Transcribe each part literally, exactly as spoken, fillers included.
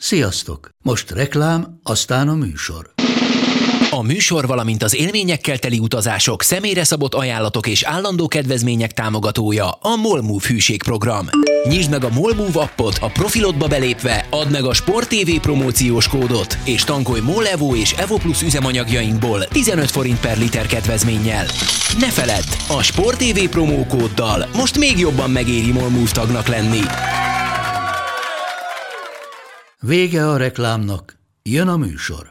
Sziasztok! Most reklám, aztán a műsor. A műsor, valamint az élményekkel teli utazások, személyre szabott ajánlatok és állandó kedvezmények támogatója a MOLMOVE hűségprogram. Nyisd meg a MOLMOVE appot, a profilodba belépve add meg a Sport té vé promóciós kódot, és tankolj MOL Evo és Evo Plus üzemanyagjainkból tizenöt forint per liter kedvezménnyel. Ne feledd, a Sport té vé promókóddal most még jobban megéri MOLMOVE tagnak lenni. Vége a reklámnak, jön a műsor.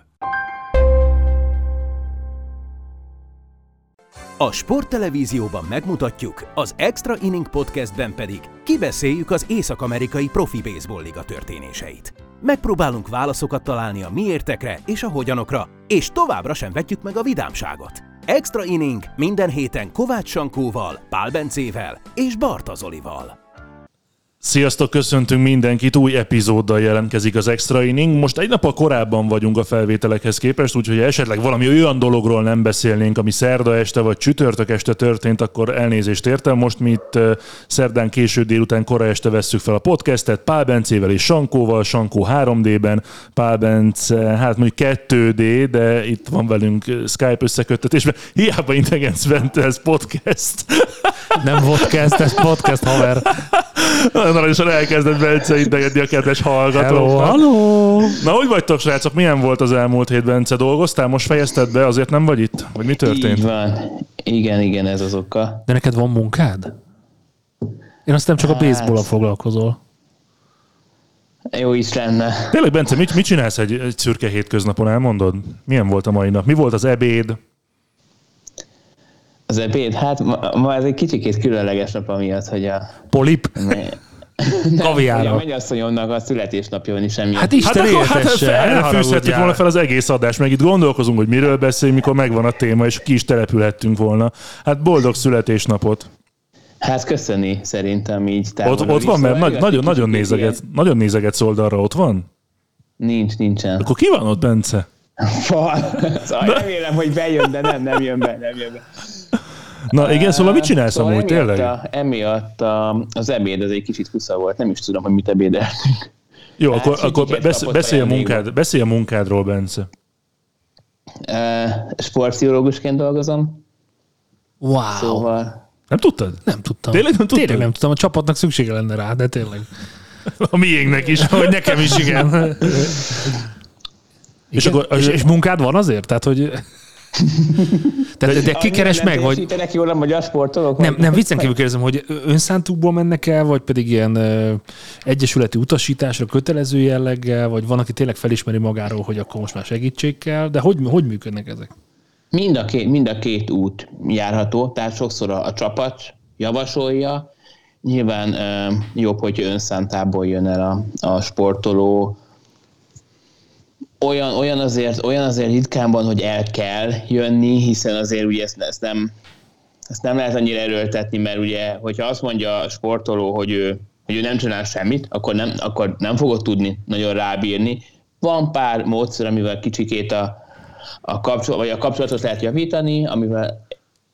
A sporttelevízióban megmutatjuk, az Extra Inning Podcastben pedig kibeszéljük az észak-amerikai profi baseball liga történéseit. Megpróbálunk válaszokat találni a miértekre és a hogyanokra, és továbbra sem vetjük meg a vidámságot. Extra Inning minden héten Kovács Sankóval, Pál Bencével és Barta Zolival. Sziasztok, köszöntünk mindenkit, új epizóddal jelentkezik az Extra Inning. Most egy nappal korábban vagyunk a felvételekhez képest, úgyhogy ha esetleg valami olyan dologról nem beszélnénk, ami szerda este vagy csütörtök este történt, akkor elnézést értem. Most mi itt szerdán késő délután kora este vesszük fel a podcastet Pál Bencével és Sankóval, Sankó három dében, Pál Bence, hát mondjuk kettő dé, de itt van velünk Skype összeköttetésben. Hiába integetsz benne, ez podcast. Nem podcast, ez podcast, haver. Nagyon elkezdett Bence idegetni a kedves hallgatóknak. Hello, hello. Na, hogy vagytok, srácok? Milyen volt az elmúlt hét, Bence? Dolgoztál? Most fejezted be? Azért nem vagy itt? Vagy mi történt? Így van. Igen, igen, ez az oka. De neked van munkád? Én azt nem csak hát... a baseball-a foglalkozol. Jó is lenne. Tényleg, Bence, mit, mit csinálsz egy, egy szürke hétköznapon? Elmondod? Milyen volt a mai nap? Mi volt az ebéd? Az ebéd? Hát ma, ma ez egy kicsikét különleges nap amiatt, hogy a... Polip? Kaviára. A mennyasszonyomnak a születésnapja van is emiatt. Hát Isten hát éltesse. Hát erre fűzhettük volna fel az egész adást, meg itt gondolkozunk, hogy miről beszélünk, mikor megvan a téma, és ki is települhettünk volna. Hát boldog születésnapot. Hát köszöni, szerintem így. Ott, ott van, mert nagy, nagyon, nagyon, nézeget, nagyon nézegetsz oldalra, ott van? Nincs, nincsen. Akkor ki van ott, Bence? Van. Szóval remélem, hogy bejön, de nem, nem jön be, nem jön be. Na igen, szóval mit csinálsz szóval amúgy, emiatt tényleg? A, emiatt a, az ebéd az egy kicsit kusza volt, nem is tudom, hogy mit ebédeltünk. Jó, hát, akkor, akkor besz, beszélj, a munkád, beszélj a munkádról, Bence. Uh, sportpszichológusként dolgozom. Wow. Szóval... Nem tudtad? Nem tudtam. Tényleg nem tudtad? Tényleg nem tudtam, a csapatnak szüksége lenne rá, de tényleg. A miénknek is. Hogy nekem is, igen. és, akkor, és, és munkád van azért? Tehát, hogy... Tehát, de, de ki keres meg, vagy... Teljesítenek jól a magyar sportolók? Nem, nem viccen kívül kérdezem, hogy önszántukból mennek el, vagy pedig ilyen ö, egyesületi utasításra kötelező jelleggel, vagy van, aki tényleg felismeri magáról, hogy akkor most már segítség kell, de hogy, hogy működnek ezek? Mind a, két, mind a két út járható, tehát sokszor a, a csapat javasolja. Nyilván ö, jobb, hogy önszántából jön el a, a sportoló. Olyan, olyan, azért, olyan azért ritkán van, hogy el kell jönni, hiszen azért ugye ezt, ezt, nem, ezt nem lehet annyira erőltetni, mert ugye, hogyha azt mondja a sportoló, hogy ő, hogy ő nem csinál semmit, akkor nem, akkor nem fogod tudni nagyon rábírni. Van pár módszer, amivel kicsikét a, a, kapcsol, vagy a kapcsolatot lehet javítani, amivel...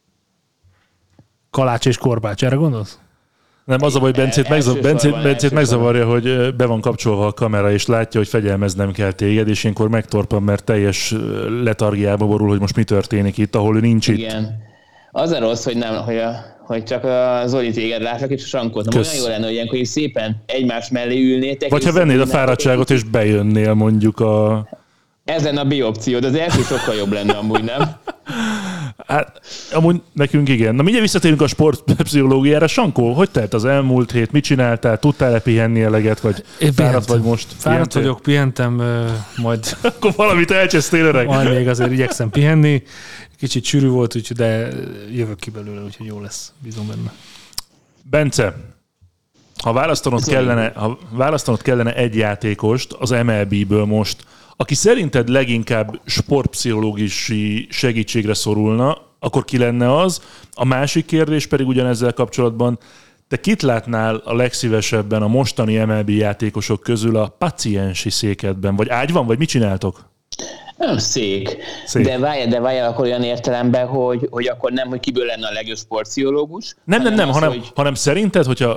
Kalács és korbács, erre gondolsz? Nem, az a baj, hogy Bencét, megzav, Bencét, Bencét megzavarja, hogy be van kapcsolva a kamera, és látja, hogy fegyelmeznem kell téged, és ilyenkor megtorpan, mert teljes letargiába borul, hogy most mi történik itt, ahol ő nincs itt. Igen. Az a rossz, hogy, nem, hogy, a, hogy csak a Zoli téged látlak, és a Sankót. Olyan jó lenne, hogy ilyenkor is szépen egymás mellé ülnétek. Vagy ha vennéd a fáradtságot, és bejönnél mondjuk a... Ez lenne a B-opció, de az első sokkal jobb lenne amúgy, nem? Hát, amúgy nekünk igen. Na mindjárt visszatérünk a sportpszichológiára. Sankó, hogy telt az elmúlt hét? Mit csináltál? Tudtál-e pihenni eleget? Vagy fáradt vagy most? Fáradt vagyok, pihentem, majd... Akkor valamit elcsesztél, öreg? Majd még azért igyekszem pihenni. Kicsit sűrű volt, úgyhogy, de jövök ki belőle, úgyhogy jó lesz. Bízom benne. Bence, ha választanod, kellene, ha választanod kellene egy játékost az em el bé-ből most, aki szerinted leginkább sportpszichológusi segítségre szorulna, akkor ki lenne az? A másik kérdés pedig ugyanezzel kapcsolatban, te kit látnál a legszívesebben a mostani em el bé játékosok közül a paciensi székedben? Vagy ágy van, vagy mit csináltok? Nem szék. Szék. De várjál, de várjál akkor olyan értelemben, hogy, hogy akkor nem, hogy kiből lenne a legjobb sportpszichológus. Nem, nem, nem, az, hanem, hogy... hanem szerinted, hogyha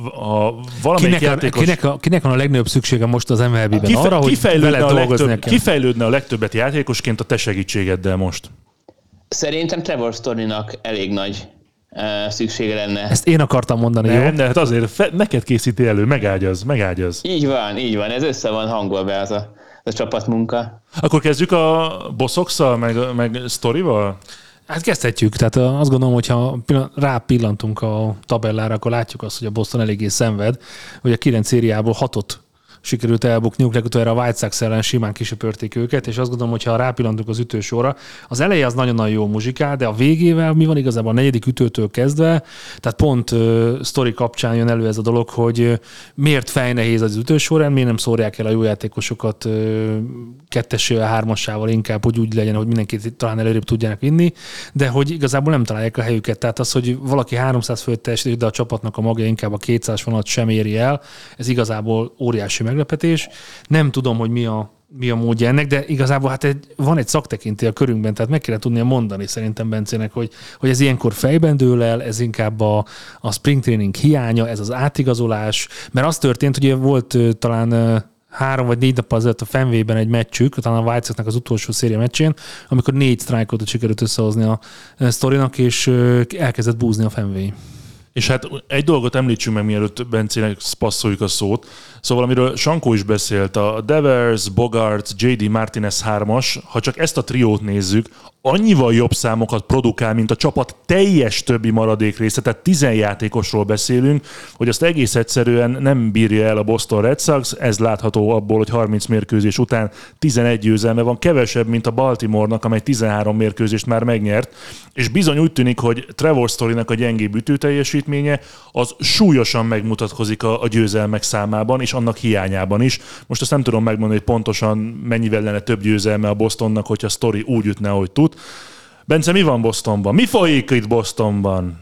a valamelyik Kinek, játékos... kinek, a, kinek van a legnagyobb szüksége most az em el bé-ben? Kife, arra, hogy kifejlődne, veled a dolgozni legtöbb, kell. kifejlődne a legtöbbet játékosként a te segítségeddel most? Szerintem Trevor Storynak elég nagy uh, szüksége lenne. Ezt én akartam mondani, Nem, jó? de hát azért fe, neked készíti elő, megágyaz, megágyaz. Így van, így van. Ez össze van hangolva be az a, az a csapatmunka. Akkor kezdjük a Bosox-szal, meg, meg Storyval? Hát kezdhetjük. Tehát azt gondolom, hogyha rá pillantunk a tabellára, akkor látjuk azt, hogy a Boston eléggé szenved, hogy a kilenc szériából hatot sikerült elbukniuk, legutóbb erre a White Sox ellen simán kisöpörték őket, és azt gondolom, hogy ha rápillantunk az ütősorra, az eleje az nagyon-nagyon jó muzsikál, de a végével mi van igazából a negyedik ütőtől kezdve, tehát pont uh, sztori kapcsán jön elő ez a dolog, hogy uh, miért fejnehéz az ütősorán, miért nem szórják el a jó játékosokat uh, kettesével, hármassával inkább, hogy úgy legyen, hogy mindenkit talán előrébb tudjanak vinni, de hogy igazából nem találják a helyüket. Tehát az, hogy valaki háromszáz fölött teljesít, de a csapatnak a magja inkább a kétszáz vonalat sem éri el, ez igazából óriási meglepetés. Nem tudom, hogy mi a, mi a módja ennek, de igazából hát egy, van egy szaktekintély a körünkben, tehát meg kellene tudnia mondani szerintem Bencének, hogy, hogy ez ilyenkor fejben dől el, ez inkább a, a spring training hiánya, ez az átigazolás, mert az történt, hogy volt uh, talán uh, három vagy négy nap azért a Fenwayben egy meccsük, talán a White Soxnak az utolsó széria meccsén, amikor négy sztrájkot sikerült összehozni a sztorinak, és uh, elkezdett búzni a Fenway. És hát egy dolgot említsünk meg, mielőtt Bencének passzoljuk a szót. Szóval, amiről Sankó is beszélt, a Devers, Bogaerts, jé dé Martinez hármas, ha csak ezt a triót nézzük, annyival jobb számokat produkál, mint a csapat teljes többi maradék része, tehát tizen játékosról beszélünk, hogy azt egész egyszerűen nem bírja el a Boston Red Sox, ez látható abból, hogy harminc mérkőzés után tizenegy győzelme van, kevesebb, mint a Baltimore-nak, amely tizenhárom mérkőzést már megnyert, és bizony úgy tűnik, hogy Trevor Storynak a gyengébb ütőteljesítménye az súlyosan megmutatkozik a, a győzelmek számában, és annak hiányában is. Most azt nem tudom megmondani, hogy pontosan mennyivel lenne több győzelme a Bostonnak, hogyha Story úgy ütne, ahogy tud. Bence, mi van Bostonban? Mi folyik itt Bostonban?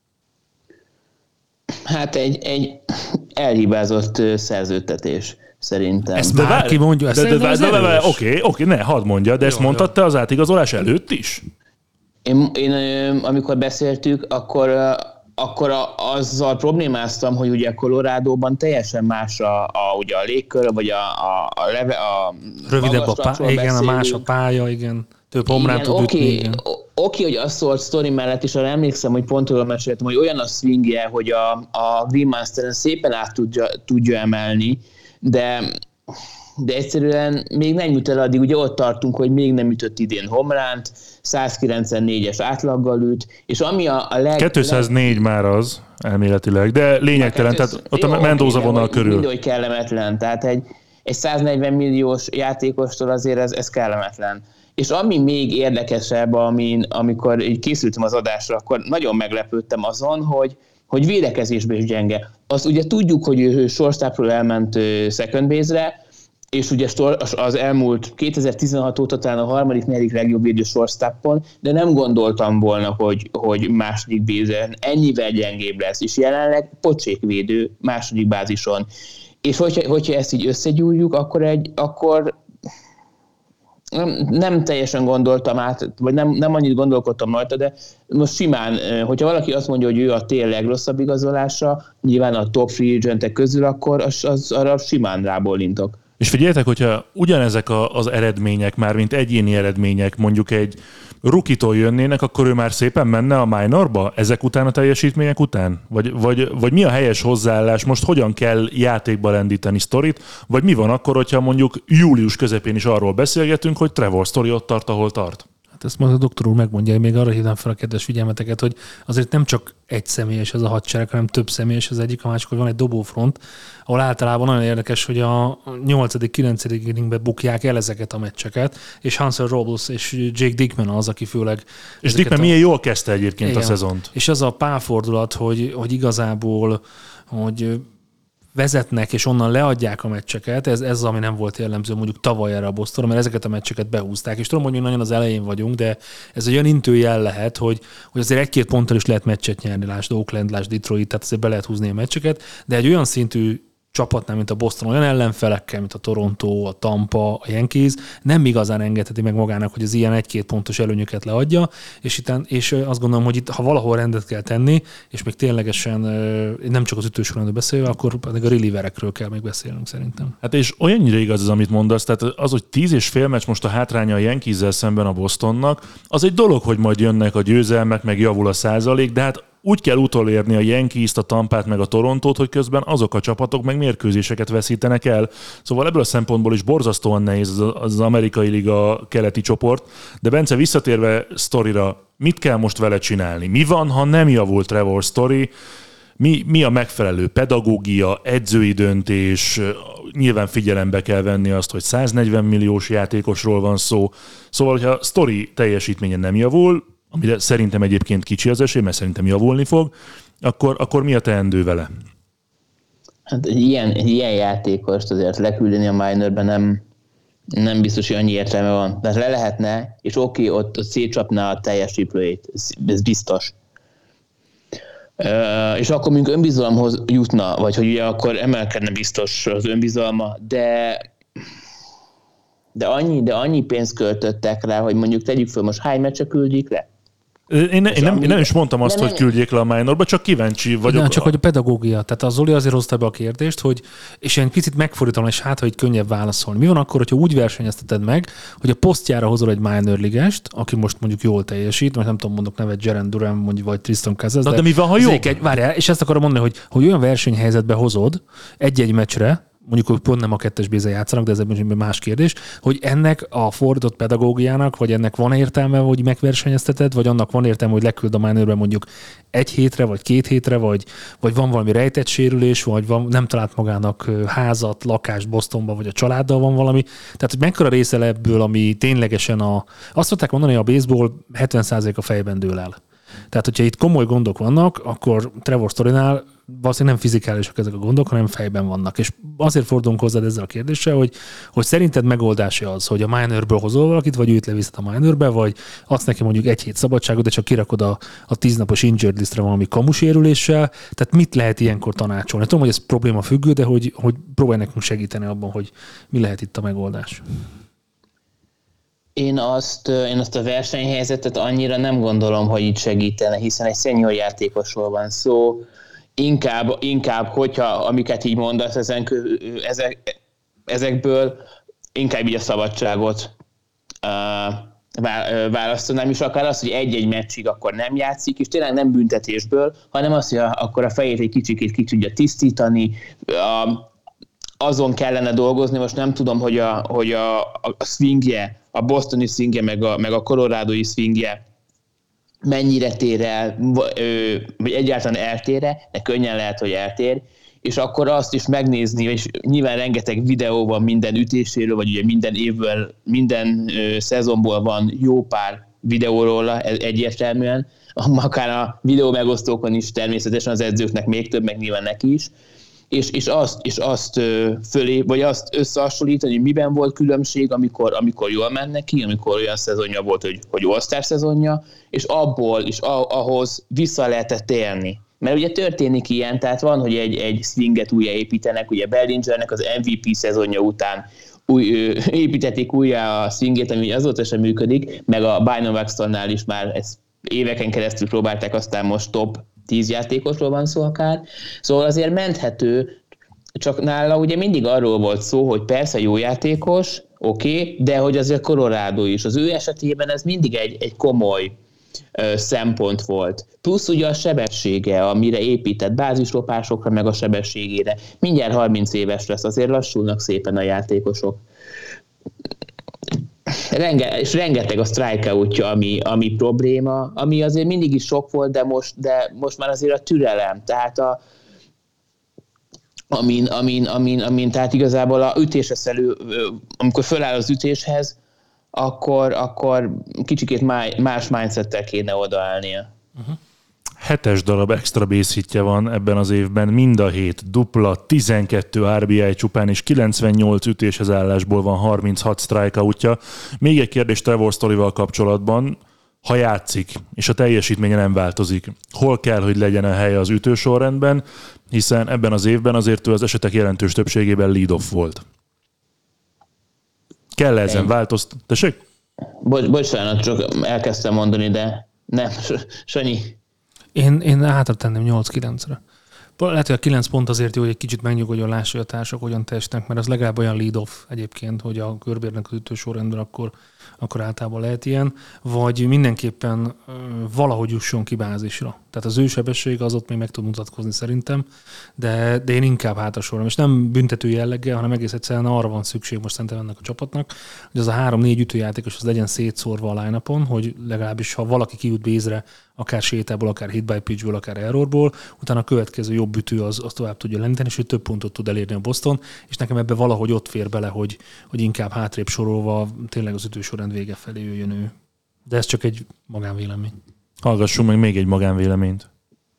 Hát egy, egy elhibázott szerződtetés szerintem. Ezt bárki mondja, ezt de, de, de, de, de, Oké, oké, ne, hadd mondja, de jó, ezt mondtad te az átigazolás előtt is? Én, én amikor beszéltük, akkor akkor a, azzal problémáztam, hogy ugye Colorado-ban teljesen más a, a, ugye a légkör, vagy a, a, a, leve, a rövidebb a pálya, igen, a más a pálya, igen. Több homrán tud okay, ütni, igen. Oké, hogy azt szólt Story mellett, és arra emlékszem, hogy pont olyan meséltem, hogy olyan a swingje, hogy a, a Greenmasteren szépen át tudja, tudja emelni, de de egyszerűen még nem jut el addig, ugye ott tartunk, hogy még nem ütött idén homránt, száz kilencvennégyes átlaggal üt, és ami a, a leg... kétszáznégy leg... már az elméletileg, de lényegtelen, tehát ott a Mendoza vonal körül. Mindegy kellemetlen, tehát egy, egy száznegyven milliós játékostól azért ez, ez kellemetlen. És ami még érdekesebb, amin, amikor így készültem az adásra, akkor nagyon meglepődtem azon, hogy hogy védekezésben is gyenge. Azt ugye tudjuk, hogy ő shortstopról elment second base-re, és ugye az elmúlt kétezer-tizenhat óta talán a harmadik, negyedik legjobb védő shortstopon, de nem gondoltam volna, hogy, hogy második bázison ennyivel gyengébb lesz, és jelenleg pocsékvédő második bázison. És hogyha, hogyha ezt így összegyúrjuk, akkor, egy, akkor nem, nem teljesen gondoltam át, vagy nem, nem annyit gondolkodtam rajta, de most simán, hogyha valaki azt mondja, hogy ő a tél legrosszabb igazolása, nyilván a top free agentek közül, akkor az, az arra simán rábólintok. És figyeljetek, hogyha ugyanezek a, az eredmények, már mint egyéni eredmények, mondjuk egy rukitól jönnének, akkor ő már szépen menne a minorba ezek után, a teljesítmények után? Vagy, vagy, vagy mi a helyes hozzáállás? Most hogyan kell játékba lendíteni Storyt? Vagy mi van akkor, hogyha mondjuk július közepén is arról beszélgetünk, hogy Trevor Story ott tart, ahol tart? Hát ezt majd a doktor úr megmondja, én még arra hívnám fel a kedves figyelmeteket, hogy azért nem csak egy személyes ez a hadsereg, hanem több személyes az egyik, a másik, hogy van egy dobófront, ahol általában nagyon érdekes, hogy a nyolcadik kilencedik inningben bukják el ezeket a meccseket, és Hansel Robles és Jake Dickman az, aki főleg... És Dickman a... milyen jól kezdte egyébként igen, a szezont. És az a pálfordulat, hogy, hogy igazából, hogy vezetnek, és onnan leadják a meccseket, ez, ez az, ami nem volt jellemző mondjuk tavaly erre a Bostonra, mert ezeket a meccseket behúzták, és tudom, hogy még nagyon az elején vagyunk, de ez egy olyan intőjel lehet, hogy, hogy azért egy-két ponttal is lehet meccset nyerni, lásd Oakland, lásd Detroit, tehát azért be lehet húzni a meccseket, de egy olyan szintű csapatnál, mint a Boston, olyan ellenfelekkel, mint a Toronto, a Tampa, a Yankees, nem igazán engedheti meg magának, hogy az ilyen egy-két pontos előnyöket leadja, és, itt, és azt gondolom, hogy itt, ha valahol rendet kell tenni, és még ténylegesen nem csak az ütősorrendről beszélve, akkor pedig a relieverekről kell még beszélnünk szerintem. Hát és olyannyira igaz az, amit mondasz, tehát az, hogy tíz és fél meccs most a hátránya a Yankees-zel szemben a Bostonnak, az egy dolog, hogy majd jönnek a győzelmek, meg javul a százalék, de hát úgy kell utolérni a Yankees-t, a Tampát, meg a Torontót, hogy közben azok a csapatok meg mérkőzéseket veszítenek el. Szóval ebből a szempontból is borzasztóan nehéz az, az amerikai liga keleti csoport. De Bence, visszatérve Storyra, mit kell most vele csinálni? Mi van, ha nem javul Trevor Story? Mi, mi a megfelelő pedagógia, edzői döntés? Nyilván figyelembe kell venni azt, hogy száznegyven milliós játékosról van szó. Szóval, hogyha Story teljesítménye nem javul, amire szerintem egyébként kicsi az esély, mert szerintem javulni fog, akkor, akkor mi a teendő vele? Hát egy ilyen, egy ilyen játékost azért leküldeni a minorben nem, nem biztos, hogy annyi értelme van. Tehát le lehetne, és oké, okay, ott, ott szétcsapná a teljes triplőjét, ez, ez biztos. Uh, és akkor mondjuk önbizalomhoz jutna, vagy hogy ugye akkor emelkedne biztos az önbizalma, de de annyi, de annyi pénzt költöttek rá, hogy mondjuk tegyük föl, most hány meccse küldjék le? Én, ne, én, nem, én nem is mondtam azt, hogy küldjék le a minorba, csak kíváncsi vagyok. Nem, csak hogy a pedagógia. Tehát a Zoli azért hozta be a kérdést, hogy, és én picit megfordítom, és hát, hogy könnyebb válaszolni. Mi van akkor, hogyha úgy versenyezteted meg, hogy a posztjára hozol egy minor ligest, aki most mondjuk jól teljesít, most nem tudom, mondok nevet, Jaren Duran, mondjuk, vagy Tristan Casas. De, de mi van, ha jó? Egy, várjál, és ezt akarom mondani, hogy, hogy olyan versenyhelyzetbe hozod egy-egy meccsre, mondjuk, hogy pont nem a kettes béze játszanak, de ez egy más kérdés, hogy ennek a fordított pedagógiának, vagy ennek van értelme, hogy megversenyezteted, vagy annak van értelme, hogy leküld a minorbe mondjuk egy hétre, vagy két hétre, vagy, vagy van valami rejtett sérülés, vagy van, nem talált magának házat, lakást Bostonba, vagy a családdal van valami. Tehát, hogy mekkora része ebből, ami ténylegesen a... Azt szokták mondani, hogy a baseball hetven százalék a fejben dől el. Tehát, hogyha itt komoly gondok vannak, akkor Trevor Storynál valószínűleg nem fizikálisak ezek a gondok, hanem fejben vannak. És azért fordulunk hozzád ezzel a kérdéssel, hogy, hogy szerinted megoldása az, hogy a minorből hozol valakit, vagy őt leviszed a minorbe, vagy adsz neki mondjuk egy hét szabadságot, de csak kirakod a, a tíznapos injured listre valami kamusérüléssel. Tehát mit lehet ilyenkor tanácsolni? Tudom, hogy ez probléma függő, de hogy, hogy próbálj nekünk segíteni abban, hogy mi lehet itt a megoldás. Én azt, én azt a versenyhelyzetet annyira nem gondolom, hogy itt segítene, hiszen egy senior játékosról van szó. Inkább, inkább hogyha amiket így mondasz ezen, ezek, ezekből, inkább így a szabadságot uh, választanám, és akár az, hogy egy-egy meccsig akkor nem játszik, és tényleg nem büntetésből, hanem az, hogy akkor a fejét egy kicsikét ki tudja tisztítani, uh, azon kellene dolgozni, most nem tudom, hogy a, hogy a, a swingje, a bostoni swingje, meg a, meg a colorado-i swingje mennyire tér el, vagy egyáltalán eltér-e, de könnyen lehet, hogy eltér, és akkor azt is megnézni, és nyilván rengeteg videó van minden ütéséről, vagy ugye minden évből, minden ö, szezonból van jó pár videó róla, egyértelműen, akár a videó megosztókon is természetesen az edzőknek még több, meg nyilván neki is, és, és azt, és azt fölé, vagy azt összehasonlítani, hogy miben volt különbség, amikor, amikor jól ment neki, amikor olyan szezonja volt, hogy, hogy All-Star szezonja, és abból is ahhoz vissza lehetett élni. Mert ugye történik ilyen, tehát van, hogy egy, egy swinget újjáépítenek, ugye Bellingernek az em vé pé szezonja után új, ö, építették újjá a swinget, ami azóta sem működik, meg a Bynum Waxtonnál is már ezt éveken keresztül próbálták, aztán most top tíz játékosról van szó akár. Szóval azért menthető, csak nála ugye mindig arról volt szó, hogy persze jó játékos, oké, okay, de hogy azért Colorado is. Az ő esetében ez mindig egy, egy komoly ö, szempont volt. Plusz ugye a sebessége, amire épített bázislopásokra, meg a sebességére. Mindjárt harminc éves lesz, azért lassulnak szépen a játékosok. Renge, és rengeteg a strikeoutja, ami, ami probléma, ami azért mindig is sok volt, de most, de most már azért a türelem, tehát a, amin, amin, amin, amin, tehát igazából a ütéshez elő, amikor föláll az ütéshez, akkor, akkor kicsikét más mindsettel kéne odaállnia. Uh-huh. Hetes darab extra base hitje van ebben az évben, mind a hét dupla, tizenkettő er bé i csupán, és kilencvennyolc ütéshez állásból van harminchat strikeoutja. Még egy kérdés Trevor Storyval kapcsolatban. ha játszik, és a teljesítménye nem változik, hol kell, hogy legyen a helye az ütősorrendben, hiszen ebben az évben azért ő az esetek jelentős többségében lead-off volt. Kell ezen Én... változtatni? Tessék? Bocs, bocsánat, csak elkezdtem mondani, de nem, Sanyi. Én, én hátra tenném nyolc-kilencre. Lehet, hogy a kilenc pont azért jó, hogy egy kicsit megnyugodjon, lássa, hogy a társak hogyan testnek, mert az legalább olyan lead-off egyébként, hogy a körbérnek az ütősorrendben akkor, akkor általában lehet ilyen, vagy mindenképpen ö, valahogy jusson ki bázisra. Tehát az ő sebessége az ott még meg tud mutatkozni szerintem, de, de én inkább hátrasorolom. És nem büntető jelleggel, hanem egész egyszerűen arra van szükség most szerintem ennek a csapatnak, hogy az a három-négy ütőjátékos az legyen szétszórva a line-upon, hogy legalábbis ha valaki kijut bézre, akár sétából, akár hit by pitchből, akár errorból, utána a következő jobb ütő az, az tovább tudja lendíteni, és ő több pontot tud elérni a Boston, és nekem ebbe valahogy ott fér bele, hogy, hogy inkább hátrébb sorolva tényleg az ütősorrend vége felé jöjjön ő. De ez csak egy magánvélemény. Hallgassunk meg még egy magánvéleményt.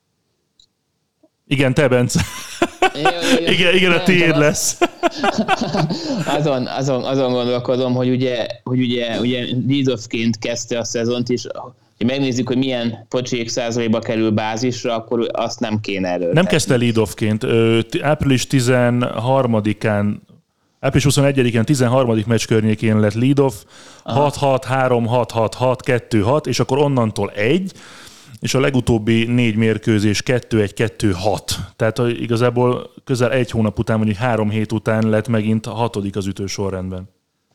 Igen, te, Bence. Jó, jó, igen, igen, a tiéd lesz. azon, azon, azon gondolkodom, hogy ugye, hogy ugye, ugye lead-offként kezdte a szezont is, ha megnézzük, hogy milyen pocsék százalékba kerül bázisra, akkor azt nem kéne erőltetni. Nem kezdte lead-offként. április tizenharmadikán, április huszonegyedikén, tizenharmadik meccs környékén lett lead-off, hat hat, három hat, hat hat, kettő hat, és akkor onnantól egy, és a legutóbbi négy mérkőzés kettő egy, kettő hat. Tehát igazából közel egy hónap után, mondjuk három hét után lett megint a hatodik az ütősorrendben.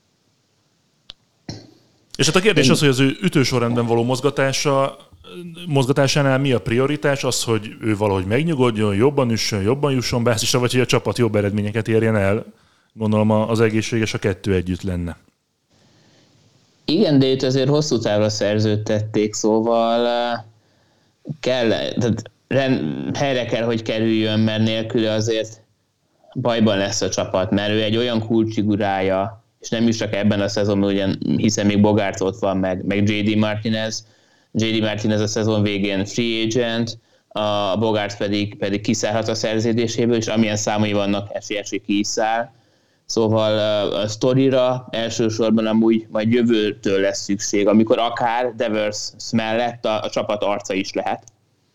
És hát a kérdés az, hogy az ő ütősorrendben való mozgatása, mozgatásánál mi a prioritás? Az, hogy ő valahogy megnyugodjon, jobban üssön, jobban jusson bázisra, vagy hogy a csapat jobb eredményeket érjen el? Gondolom az egészséges a kettő együtt lenne. Igen, de itt azért hosszú távra szerződtették, szóval kell, tehát helyre kell, hogy kerüljön, mert nélküle azért bajban lesz a csapat, mert ő egy olyan kulcsfigurája, és nem is csak ebben a szezonban, ugyan, hiszen még Bogart ott van, meg, meg jé dé Martinez. jé dé Martinez a szezon végén free agent, a Bogart pedig, pedig kiszállhat a szerződéséből, és amilyen számai vannak, esélyes, hogy ki is száll. Szóval a sztorira elsősorban amúgy majd jövőtől lesz szükség, amikor akár Devers mellett a, a csapat arca is lehet.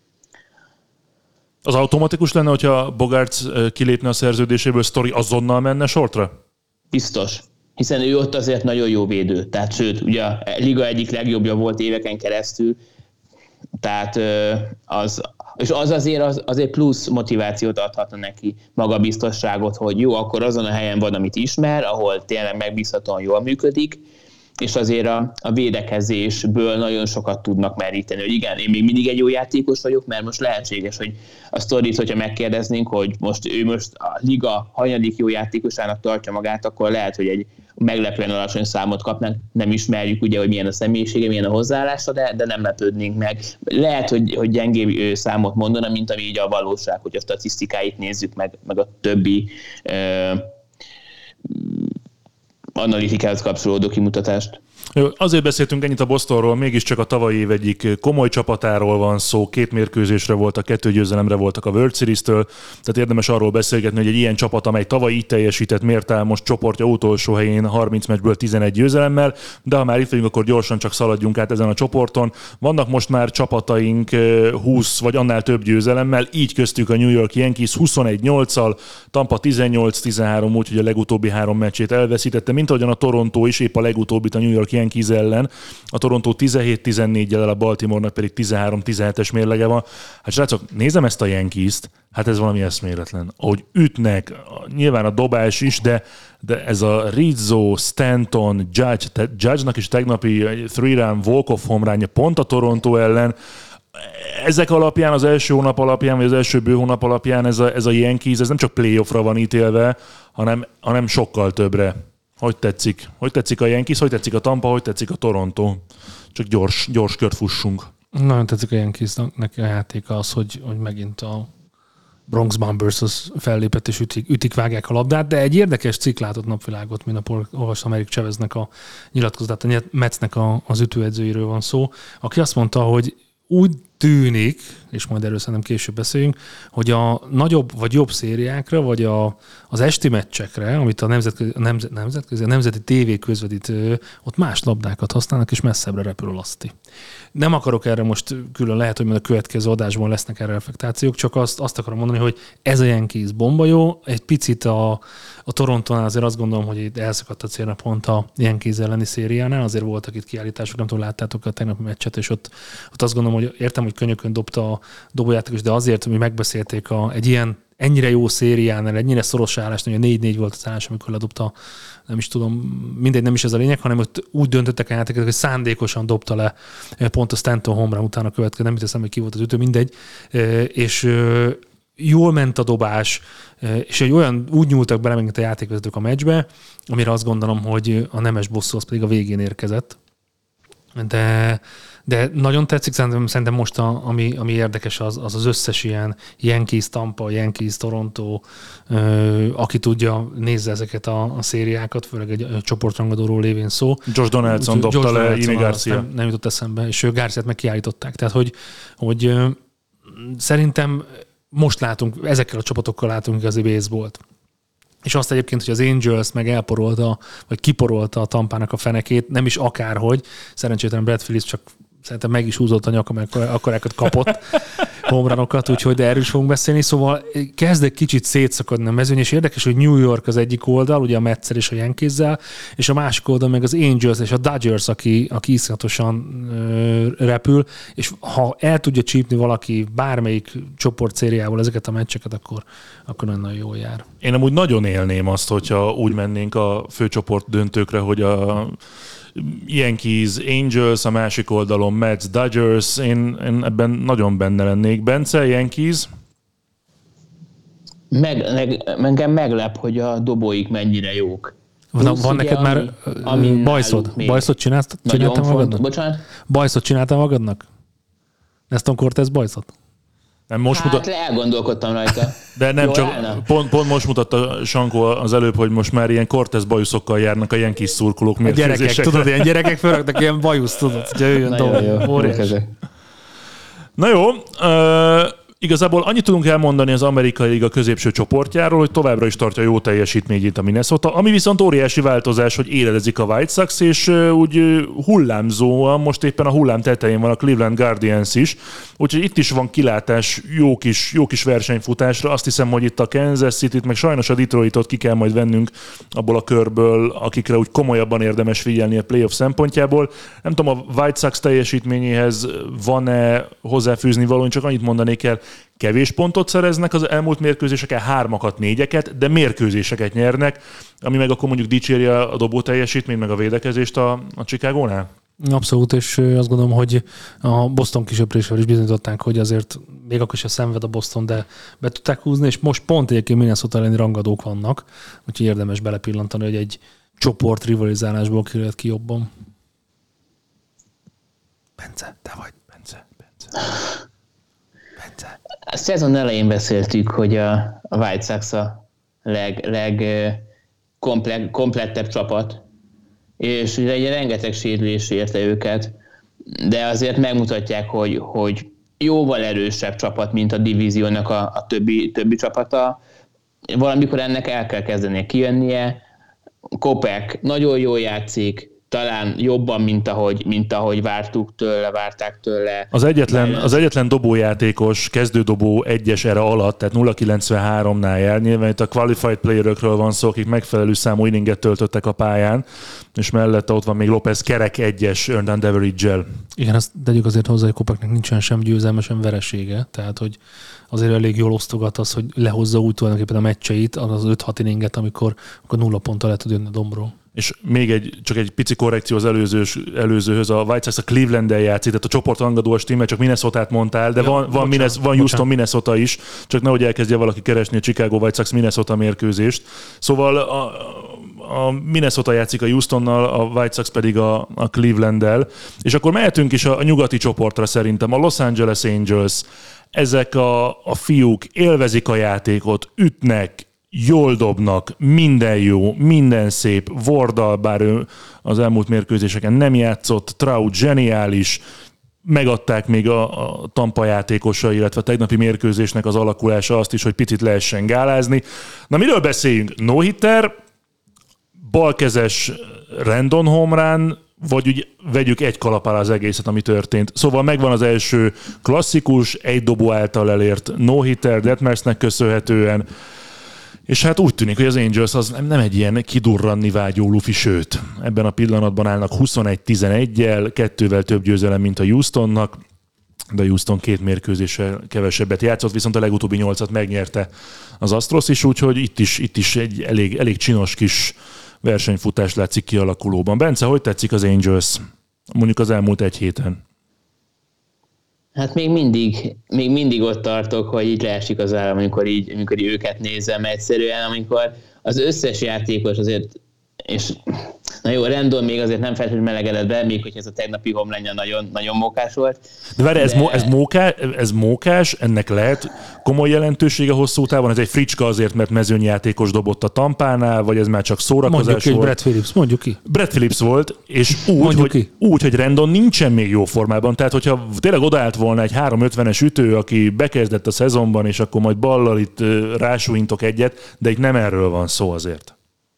Az automatikus lenne, hogyha Bogart kilépne a szerződéséből, sztori azonnal menne sortra? Biztos. Hiszen ő ott azért nagyon jó védő. Tehát sőt, ugye a liga egyik legjobbja volt éveken keresztül, tehát az, és az azért, az, azért plusz motivációt adhatna neki, magabiztosságot, hogy jó, akkor azon a helyen van, amit ismer, ahol tényleg megbízhatóan jól működik, és azért a, a védekezésből nagyon sokat tudnak meríteni, hogy igen, én még mindig egy jó játékos vagyok, mert most lehetséges, hogy a sztorit, hogyha megkérdeznénk, hogy most ő most a liga hanyadik jó játékosának tartja magát, akkor lehet, hogy egy meglepően alacsony számot kapnánk, nem ismerjük ugye, hogy milyen a személyisége, milyen a hozzáállása, de, de nem lepődnénk meg. Lehet, hogy, hogy gyengébb számot mondana, mint ami így a valóság, hogy a statisztikáit nézzük meg, meg a többi ö, analitikához kapcsolódó kimutatást. Azért beszéltünk ennyit a Bostonról, mégiscsak a tavalyi év egyik komoly csapatáról van szó, két mérkőzésre voltak, kettő győzelemre voltak a World Series-től, tehát érdemes arról beszélgetni, hogy egy ilyen csapat, amely tavaly így teljesített, miért áll most csoportja utolsó helyén harminc meccsből tizenegy győzelemmel, de ha már itt vagyunk, akkor gyorsan csak szaladjunk át ezen a csoporton. Vannak most már csapataink húsz vagy annál több győzelemmel, így köztük a New York Yankees huszonegy nyolccal, Tampa tizennyolc tizenhárom, úgyhogy a legutóbbi három meccsét elveszítette, mint ahogyan a Toronto is, épp a legutóbbit a New York Yankees ellen. A Toronto tizenhét tizennégyel, a Baltimore-nak pedig tizenhárom tizenhetes mérlege van. Hát srácok, nézem ezt a Yankees-t, hát ez valami eszméletlen. Ahogy ütnek, nyilván a dobás is, de, de ez a Rizzo, Stanton, Judge, te, Judge-nak is tegnapi three-run walk-off homerunja pont a Toronto ellen. Ezek alapján, az első hónap alapján, vagy az első bő hónap alapján ez a, ez a Yankees, ez nem csak playoffra van ítélve, hanem, hanem sokkal többre. Hogy tetszik? Hogy tetszik a Yankees, hogy tetszik a Tampa, hogy tetszik a Toronto? Csak gyors, gyors kört fussunk. Nagyon tetszik a Yankeesnek, neki a játéka az, hogy, hogy megint a Bronx Bombers az fellépett és ütik, ütik, vágják a labdát, de egy érdekes cikk látott napvilágot, mint a olvastam Erik Chaveznek a nyilatkozatát, a Metsnek a, az ütőedzőiről van szó, aki azt mondta, hogy úgy tűnik, és majd erről szerintem később beszéljünk, hogy a nagyobb vagy jobb szériákra, vagy a, az esti meccsekre, amit a nemzetközi, a nemzet, nemzetközi, a nemzeti tévé közvetítő, ott más labdákat használnak, és messzebbre repül a laszti. Nem akarok erre most külön, lehet, hogy majd a következő adásban lesznek erre reflektációk, csak azt, azt akarom mondani, hogy ez a Yankees bomba jó, egy picit a, a Torontónál azért azt gondolom, hogy itt elszakadt a célra pont a Yankees elleni szériánál, azért voltak itt kiállítások, nem tudom, láttátok a tegnapi meccset, és ott, ott azt gondolom, hogy értem, hogy könnyökön dobta a dobójátékos, de azért, hogy megbeszélték a, egy ilyen ennyire jó szériánál, ennyire szoros állás, hogy a négy-négy volt az állás, amikor ledobta, nem is tudom, mindegy, nem is ez a lényeg, hanem ott úgy döntöttek a játékot, hogy szándékosan dobta le pont a Stanton home run után a következő, nem hiszem, hogy ki volt az ütő, mindegy, és jól ment a dobás, és egy olyan, úgy nyúltak bele megint a játékvezetők a meccsbe, amire azt gondolom, hogy a nemes bosszú az pedig a végén érkezett. De, de nagyon tetszik, szerintem, szerintem most a, ami, ami érdekes az, az az összes ilyen Yankees Tampa, Yankees Toronto, ö, aki tudja, nézze ezeket a, a szériákat, főleg egy csoportrangadóról lévén szó. Josh Donaldson dobta Josh le Yimi Garcia. Nem, nem jutott eszembe, és Garciát meg kiállították. Tehát, hogy, hogy ö, szerintem most látunk, ezekkel a csapatokkal látunk igazi baseballt. És azt egyébként, hogy az Angels meg elporolta, vagy kiporolta a Tampának a fenekét, nem is akárhogy, szerencsétlen Brad Phillips csak szerintem meg is húzott a nyaka, mert akkorákat kapott homranokat, úgyhogy de erről is fogunk beszélni. Szóval kezd egy kicsit szétszakadni a mezőny, és érdekes, hogy New York az egyik oldal, ugye a Metszel és a Yankees-zel, és a másik oldal meg az Angels és a Dodgers, aki, aki iszonyatosan ö, repül, és ha el tudja csípni valaki bármelyik csoport szériából ezeket a meccseket, akkor, akkor nagyon jól jár. Én amúgy nagyon élném azt, hogyha úgy mennénk a főcsoport döntőkre, hogy a Yankees, Angels, a másik oldalon Mets, Dodgers, én, én ebben nagyon benne lennék. Bence, Yankees? Meg, meg, engem meglep, hogy a dobóik mennyire jók. Van, van neked ami, már ami bajszod? Bajszot csináltál magadnak? Bocsánat? Bajszot csináltál magadnak? Neston Cortez bajszot? Nem, most hát mutat... elgondolkodtam rajta. De nem, Jó csak pont, pont most mutatta Sankó az előbb, hogy most már ilyen Cortez bajuszokkal járnak a Yankees szurkolók mérkőzésekre. Gyerekek, tudod, ilyen gyerekek fölraknak ilyen bajusz, tudod, hogy jöjjön tovább. Na jó, uh, igazából annyit tudunk elmondani az Amerikai Liga középső csoportjáról, hogy továbbra is tartja jó teljesítményét a Minnesota, ami viszont óriási változás, hogy éledezik a White Sox, és uh, úgy uh, hullámzóan, most éppen a hullám tetején van a Cleveland Guardians is, úgyhogy itt is van kilátás jó kis, jó kis versenyfutásra. Azt hiszem, hogy itt a Kansas City-t, meg sajnos a Detroitot ki kell majd vennünk abból a körből, akikre úgy komolyabban érdemes figyelni a playoff szempontjából. Nem tudom, a White Sox teljesítményéhez van-e hozzáfűzni való, csak annyit mondanék el, kevés pontot szereznek az elmúlt mérkőzéseken, hármakat, négyeket, de mérkőzéseket nyernek, ami meg akkor mondjuk dicséri a dobó teljesítményt, meg a védekezést a, a Chicagónál? Abszolút, és azt gondolom, hogy a Boston kisöprésével is bizonyították, hogy azért még akkor is szenved a Boston, de be tudták húzni, és most pont egyébként Minnesota elleni rangadók vannak, úgyhogy érdemes belepillantani, hogy egy csoport rivalizálásból ki lehet ki jobban. Bence, te vagy. Bence, Bence. Bence. A szezon elején beszéltük, hogy a White Sox a leg, leg komple, komplettebb csapat, és ugye egy rengeteg sérülés érte őket, de azért megmutatják, hogy, hogy jóval erősebb csapat, mint a divíziónak a, a többi, többi csapata. Valamikor ennek el kell kezdenie kijönnie. Kopech nagyon jól játszik, talán jobban, mint ahogy, mint ahogy vártuk tőle, várták tőle. Az egyetlen, az egyetlen dobójátékos, kezdődobó egyes era alatt, tehát nulla kilencvenháromnál jár. Nyilván itt a qualified playerökről van szó, akik megfelelő számú inninget töltöttek a pályán, és mellette ott van még López kerek egyes earned run average-el. Igen, azt tegyük azért hozzá, hogy Kopechnek nincsen sem győzelme, sem veresége, tehát hogy azért elég jól osztogat az, hogy lehozza úgy tulajdonképpen a meccseit, az öt-hat inninget, amikor, amikor nulla ponttal le tud jönni a dombról. És még egy, csak egy pici korrekció az előzős, előzőhöz, a White Sox a Cleveland-del játszik, tehát a csoportrangadós tímmel, csak Minnesotát mondtál, de ja, van, van, Minnes, van Houston, bocsánat. Minnesota is, csak nehogy elkezdje valaki keresni a Chicago White Sox Minnesota mérkőzést. Szóval a, a Minnesota játszik a Houstonnal, a White Sox pedig a, a Cleveland-del, és akkor mehetünk is a, a nyugati csoportra szerintem, a Los Angeles Angels. Ezek a, a fiúk élvezik a játékot, ütnek, jól dobnak, minden jó, minden szép, Wardal, bár ő az elmúlt mérkőzéseken nem játszott, Trout zseniális, megadták még a, a Tampa játékosai, illetve a tegnapi mérkőzésnek az alakulása azt is, hogy picit lehessen gálázni. Na miről beszéljünk? No-hitter, balkezes random home run, vagy úgy vegyük egy kalap alá az egészet, ami történt. Szóval megvan az első klasszikus, egy dobó által elért no-hitter, Detmersnek köszönhetően, és hát úgy tűnik, hogy az Angels az nem egy ilyen kidurranni vágyó lufi, sőt, ebben a pillanatban állnak huszonegy tizeneggyel, kettővel több győzelem, mint a Houstonnak, de a Houston két mérkőzéssel kevesebbet játszott, viszont a legutóbbi nyolcat megnyerte az Astros is, úgyhogy itt is, itt is egy elég, elég csinos kis versenyfutás látszik kialakulóban. Bence, hogy tetszik az Angels? Mondjuk az elmúlt egy héten. Hát még mindig, még mindig ott tartok, hogy így leesik az állam, amikor így, amikor így őket nézem egyszerűen, amikor az összes játékos azért, és na jó, Rendon még azért nem feltétlenül melegedett be, még hogy ez a tegnapi homlánja nagyon, nagyon mókás volt. De várj, ez, de... ez, móká, ez mókás, ennek lehet komoly jelentősége hosszú távon? Ez egy fricska azért, mert mezőnyjátékos dobott a Tampánál, vagy ez már csak szórakozás mondjuk ki, volt? Brett Phillips, mondjuk ki. Brett Phillips volt, és úgy, hogy, úgy, hogy Rendon nincsen még jó formában. Tehát, hogyha tényleg odaállt volna egy három ötvenes ütő, aki bekezdett a szezonban, és akkor majd ballal itt rásújintok egyet, de itt nem erről van szó azért.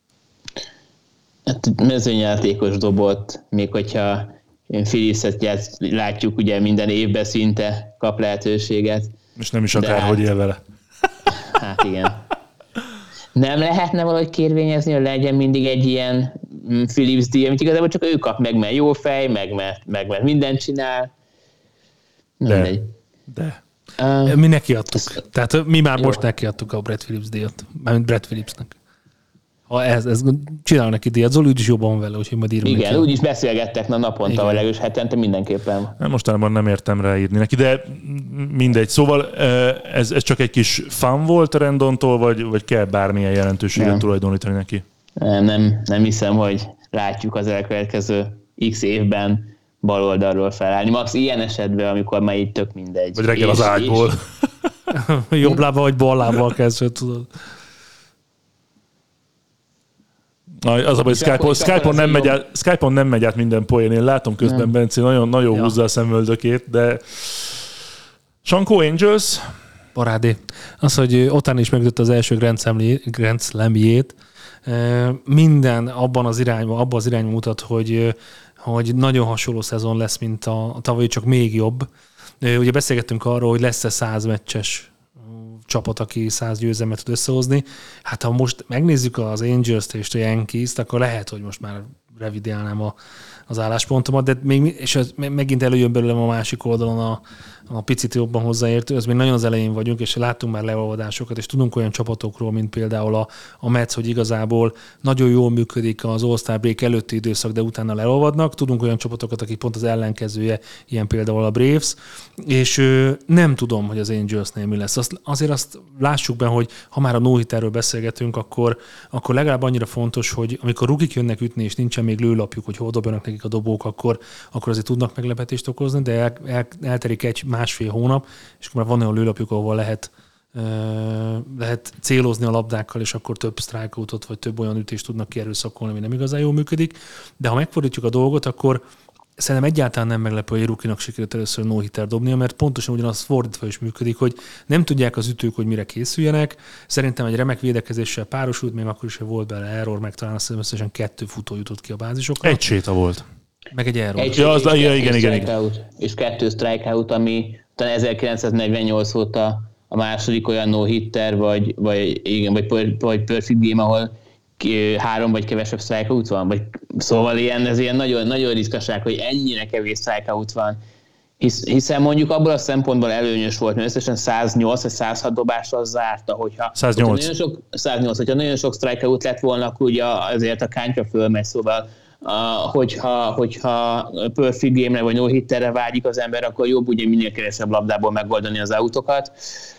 Hát mezőnyjátékos dobott, még hogyha Phillipset látjuk ugye minden évben szinte kap lehetőséget. És nem is akárhogy hát, él vele. Hát igen. Nem lehetne valahogy kérvényezni, hogy legyen mindig egy ilyen Phillips díj, amit igazából csak ő kap meg, mert jó fej, meg mert, meg, mert mindent csinál. De, de. Uh, mi neki adtuk. Ez, Tehát mi már jó. Most neki adtuk a Brett Phillips díjat. Mármint Brett Phillipsnek. Ha ez, ez csinál neki díjat, Zoli úgyis jobban van vele, úgyhogy majd írunk igen, neki. úgyis beszélgettek na naponta, vagy legalábbis hetente mindenképpen. Mostanában nem értem ráírni neki, de mindegy. Szóval ez, ez csak egy kis fun volt Rendontól, vagy, vagy kell bármilyen jelentőséget nem. tulajdonítani neki? Nem, nem, nem hiszem, hogy látjuk az elkövetkező x évben bal oldalról felállni. Max ilyen esetben, amikor már így tök mindegy. Vagy reggel az ágyból. Jobb lába, vagy bal lábbal kezdve, tudod. Az a baj, Skype-on, Skype-on, nem megy át, Skype-on nem megy át minden poén. Én látom közben nem. Bence nagyon, nagyon ja. húzza a szemöldökét, de Sankó Angels? Parádé. Az, hogy Otani is megütötte az első Grand Slam-jét, minden abban az irányban, abban az irányban mutat, hogy, hogy nagyon hasonló szezon lesz, mint a, a tavalyi, csak még jobb. Ugye beszélgettünk arról, hogy lesz-e száz meccses csapat, aki száz győzelmet tud összehozni. Hát ha most megnézzük az Angels-t és a Yankees-t, akkor lehet, hogy most már revidálnám a, az álláspontomat, de még, és ez megint előjön belőlem a másik oldalon a, a picit jobban hozzáértő, az még nagyon az elején vagyunk, és láttunk már leolvadásokat, és tudunk olyan csapatokról, mint például a, a Mets, hogy igazából nagyon jól működik az All-Star break előtti időszak, de utána leolvadnak. Tudunk olyan csapatokat, akik pont az ellenkezője, ilyen például a Braves, és ö, nem tudom, hogy az Angelsnél mi lesz. Azt, azért azt lássuk be, hogy ha már a no-hitterről beszélgetünk, akkor, akkor legalább annyira fontos, hogy amikor rukik jönnek ütni, és nincsen még lőlapjuk, hogy hol dobjanak nekik a dobók, akkor, akkor azért tudnak meglepetést okozni, de el, el, elterik egy másfél hónap, és akkor már van olyan lőlapjuk, ahol lehet, uh, lehet célozni a labdákkal, és akkor több strikeoutot, vagy több olyan ütést tudnak kierőszakolni, ami nem igazán jól működik. De ha megfordítjuk a dolgot, akkor szerintem egyáltalán nem meglepő, hogy Rukinak sikerült először no-hitter dobnia, mert pontosan ugyanaz fordítva is működik, hogy nem tudják az ütők, hogy mire készüljenek. Szerintem egy remek védekezéssel párosult, még akkor is, hogy volt bele error, meg talán azt összesen kettő futó jutott ki a bázisokra. Egy séta volt. Meg egy error. Egy ja, az, és, ja, igen, igen, igen. És kettő strikeout, ami talán ezerkilencszáznegyvennyolc óta a második olyan no-hitter, vagy, vagy, igen, vagy, vagy perfect game, ahol három vagy kevesebb strikeout van. Vagy, szóval ilyen, ez ilyen nagyon, nagyon riszkaság, hogy ennyire kevés strikeout van. Hisz, hiszen mondjuk abból a szempontból előnyös volt, mert összesen száznyolc vagy százhat dobásra zárta, hogyha száznyolc. Hogyha nagyon sok, száznyolc, hogyha nagyon sok strikeout lett volna, akkor ugye azért a kántja fölmegy, szóval Uh, hogyha, hogyha perfect game-re vagy no-hitterre vágyik az ember, akkor jobb ugye minél kevesebb labdából megoldani az autokat.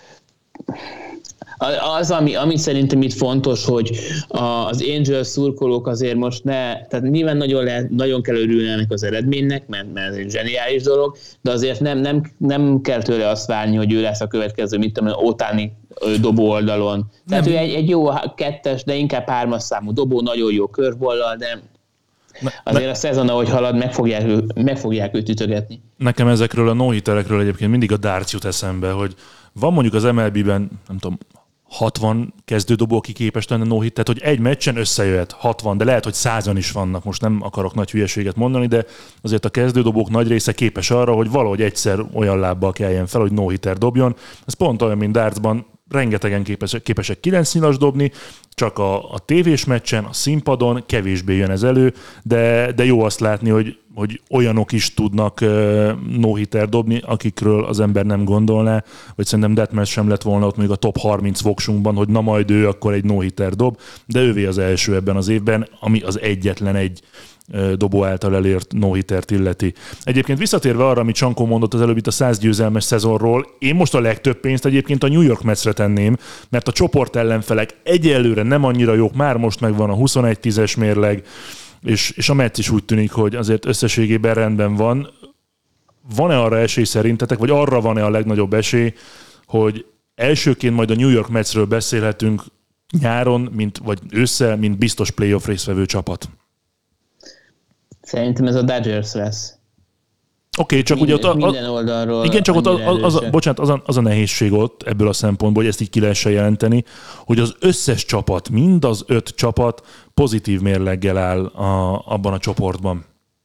Az, ami, ami szerintem itt fontos, hogy az Angels szurkolók azért most ne, tehát nyilván nagyon, lehet, nagyon kell örülni ennek az eredménynek, mert, mert ez egy zseniális dolog, de azért nem, nem, nem kell tőle azt várni, hogy ő lesz a következő, mit tudom, Otani dobó oldalon. Tehát nem. Ő egy, egy jó kettes, de inkább hármas számú dobó, nagyon jó curveball-al, de Ne, azért ne, a szezon, ahogy halad, meg fogják, meg fogják őt ütögetni. Nekem ezekről a no-hiterekről egyébként mindig a darts jut eszembe, hogy van mondjuk az em el bé-ben, nem tudom, hatvan kezdődobó, aki képes lenne no-hit, tehát hogy egy meccsen összejöhet hatvan, de lehet, hogy százan is vannak, most nem akarok nagy hülyeséget mondani, de azért a kezdődobók nagy része képes arra, hogy valahogy egyszer olyan lábbal keljen fel, hogy no-hitter dobjon. Ez pont olyan, mint dartsban, rengetegen képesek, képesek kilenc nyilas dobni, csak a, a tévés meccsen, a színpadon kevésbé jön ez elő, de, de jó azt látni, hogy, hogy olyanok is tudnak uh, no-hitter dobni, akikről az ember nem gondolná, vagy szerintem Deathmatch sem lett volna ott még a top harminc voksunkban, hogy na majd ő akkor egy no-hitter dob, de ővé az első ebben az évben, ami az egyetlen egy dobó által elért no-hittert illeti. Egyébként visszatérve arra, amit Csankó mondott az előbb itt a száz győzelmes szezonról, én most a legtöbb pénzt egyébként a New York Metsre tenném, mert a csoport ellenfelek egyelőre nem annyira jók, már most megvan a huszonegy tízes mérleg, és, és a Mets is úgy tűnik, hogy azért összességében rendben van. Van-e arra esély szerintetek, vagy arra van-e a legnagyobb esély, hogy elsőként majd a New York Metsről beszélhetünk nyáron, mint, vagy ősszel, mint biztos playoff résztvevő csapat? Szerintem ez a Dodgers lesz. Oké, okay, csak minden, ugye ott... A, minden oldalról... Igen, csak ott az, az, a, bocsánat, az a, az a nehézség ott ebből a szempontból, hogy ezt így ki lehessen jelenteni, hogy az összes csapat, mind az öt csapat pozitív mérleggel áll a, abban a csoportban.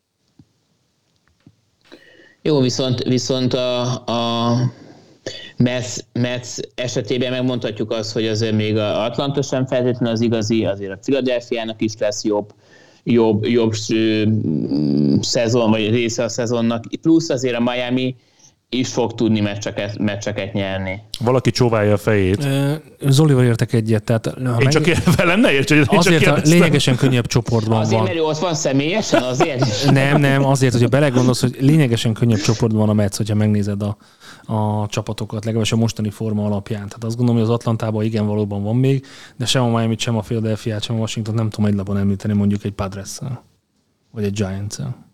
Jó, viszont, viszont a, a Mets, Mets esetében megmondhatjuk azt, hogy azért még a Atlanta sem feltétlenül az igazi, azért a Philadelphiának is lesz jobb, jobb, jobb szezon, vagy része a szezonnak. Plusz azért a Miami is fog tudni meccseket, meccseket nyerni. Valaki csóválja a fejét. Zolival értek egyet. Tehát, én meg... csak ér, velem ne érts, hogy azért csak a lényegesen könnyebb csoportban azért, van. Azért, mert ott van személyesen, azért? nem, nem, azért, hogyha belegondolsz, hogy lényegesen könnyebb csoportban van a Mets, hogyha megnézed a, a csapatokat, legalábbis a mostani forma alapján. Tehát azt gondolom, hogy az Atlantában igen, valóban van még, de sem a Miami, sem a Philadelphia, sem a Washington nem tudom egy labban említeni, mondjuk egy Padres-szel, vagy egy Giants-szel.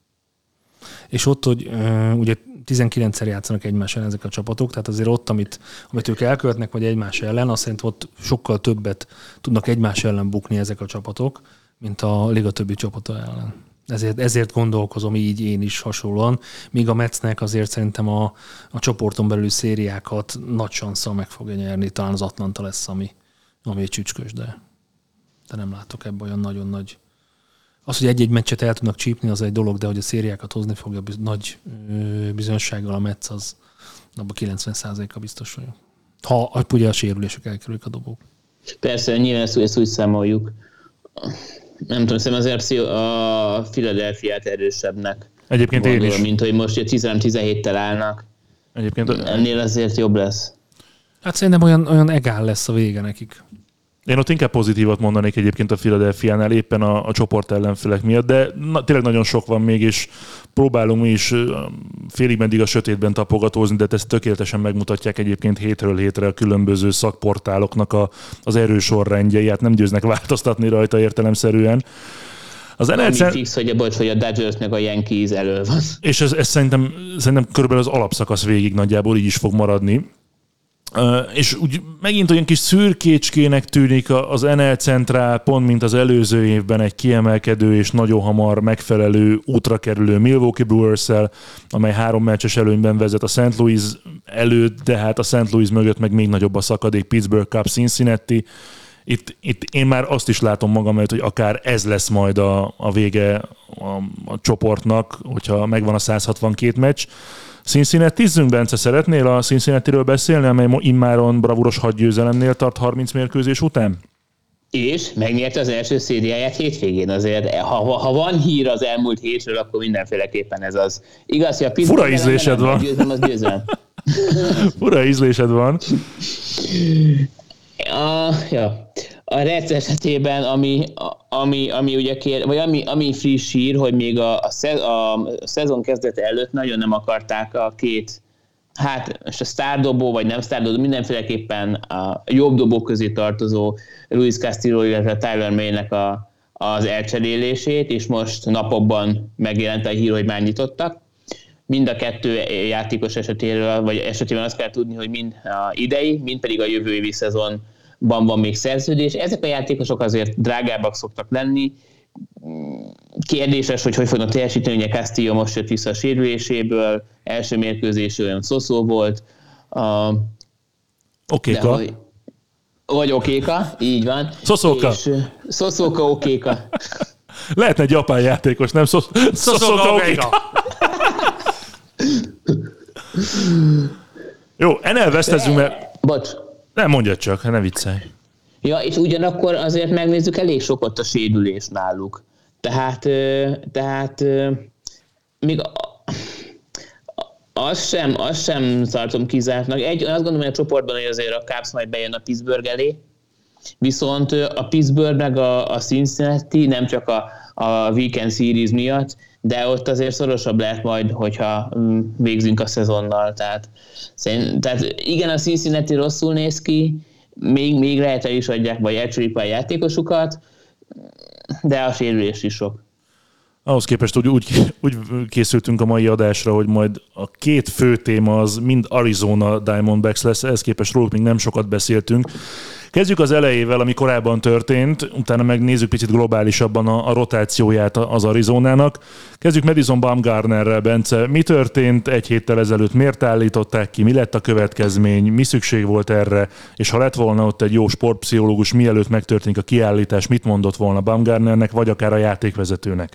És ott, hogy uh, ugye tizenkilencszer játszanak egymás ellen ezek a csapatok, tehát azért ott, amit, amit ők elkövetnek, vagy egymás ellen, azt szerint ott sokkal többet tudnak egymás ellen bukni ezek a csapatok, mint a liga többi csapata ellen. Ezért, ezért gondolkozom így én is hasonlóan, míg a Metsnek azért szerintem a, a csoporton belüli szériákat nagy sanszal meg fogja nyerni, talán az Atlanta lesz, ami, ami egy csücskös, de, de nem látok ebben olyan nagyon nagy. Az, hogy egy-egy meccset el tudnak csípni, az egy dolog, de hogy a szériákat hozni fogja biz- nagy ö, bizonyossággal a Mets, az abban kilencven százaléka biztos vagyok. Ha ugye a sérülések elkerülik a dobók. Persze, nyilván ezt, ezt úgy számoljuk. Nem tudom, szerintem azért a Philadelphiát erősebbnek Egyébként gondolom, én is. mint hogy most tizenöt-tizenhéttel állnak. Egyébként ennél azért jobb lesz. Hát szerintem olyan, olyan egál lesz a vége nekik. Én ott inkább pozitívat mondanék egyébként a Philadelphiánál éppen a, a csoport ellenfelek miatt, de na, tényleg nagyon sok van még, és próbálunk mi is félig meddig a sötétben tapogatózni, de ezt tökéletesen megmutatják egyébként hétről hétre a különböző szakportáloknak a, az erősorrendjei, hát nem győznek változtatni rajta értelemszerűen. Az en el Ami fix, hogy a, bocs, hogy a Dodgers meg a Yankees elő van. És ez, ez szerintem, szerintem körülbelül az alapszakasz végig nagyjából így is fog maradni. Uh, és úgy megint olyan kis szürkécskének tűnik az en el Centrál, pont mint az előző évben egy kiemelkedő és nagyon hamar megfelelő útra kerülő Milwaukee Brewers-szel, amely három meccses előnyben vezet a Saint Louis előtt, de hát a Saint Louis mögött meg még nagyobb a szakadék, Pittsburgh, Cubs, Cincinnati. Itt, itt én már azt is látom magam előtt, hogy akár ez lesz majd a, a vége a, a csoportnak, hogyha megvan a száz hatvankét meccs. Cincinnati-zzünk, Bence, szeretnél a Cincinnatiről beszélni, amely immáron bravúros hat győzelemnél tart harminc mérkőzés után? És megnyerte az első szériáját hétvégén azért. Ha, ha van hír az elmúlt hétről, akkor mindenféleképpen ez az. Igaz, hogy a Pittsburgh fura ízlésed van. Győzem, az győzem. Fura ízlésed van. A, ja. A Reds esetében, ami, ami, ami ugye kér, vagy ami, ami friss hír, hogy még a, a, szez, a szezon kezdete előtt nagyon nem akarták a két, hát most a sztárdobó, vagy nem sztárdobó, mindenféleképpen a jobb dobók közé tartozó Luis Castillo, illetve Tyler May-nek a, az elcserélését, és most napokban megjelent a hír, hogy már nyitottak. Mind a kettő játékos esetéről, vagy esetében azt kell tudni, hogy mind a idei, mind pedig a jövő évi szezonban van még szerződés. Ezek a játékosok azért drágábbak szoktak lenni, kérdéses, hogy hogy fognak teljesíteni, ugye Castillo most jött vissza a sérüléséből, első mérkőzés olyan szoszó volt. A, Okéka. Hogy, vagy okéka, így van. Szoszóka. És, szoszóka, okéka. Lehetne egy japán játékos, nem? Szosz, szoszóka, okéka. Jó, ennél vesztezzünk, mert... Bocs. Nem mondjad csak, ne viccelj. Ja, és ugyanakkor azért megnézzük, elég sok ott a sérülés náluk. Tehát, tehát még az sem, az sem tartom kizártnak. Egy, azt gondolom, hogy a csoportban hogy azért a Cubs majd bejön a Pittsburgh elé, viszont a Pittsburgh meg a, a Cincinnati nem csak a, a Weekend Series miatt, de ott azért szorosabb lehet majd, hogyha végzünk a szezonnal. Tehát, tehát igen, a Cincinnati rosszul néz ki, még, még lehet el is adják, vagy elcsörítik a játékosukat, de a sérülés is sok. Ahhoz képest úgy, úgy, úgy készültünk a mai adásra, hogy majd a két fő téma az mind Arizona Diamondbacks lesz, ehhez képest róluk még nem sokat beszéltünk. Kezdjük az elejével, ami korábban történt, utána megnézzük picit globálisabban a, a rotációját az Arizonának. Kezdjük Madison Bumgarnerrel, Bence. Mi történt egy héttel ezelőtt? Miért állították ki? Mi lett a következmény? Mi szükség volt erre? És ha lett volna ott egy jó sportpszichológus, mielőtt megtörténik a kiállítás, mit mondott volna Bumgarnernek, vagy akár a játékvezetőnek?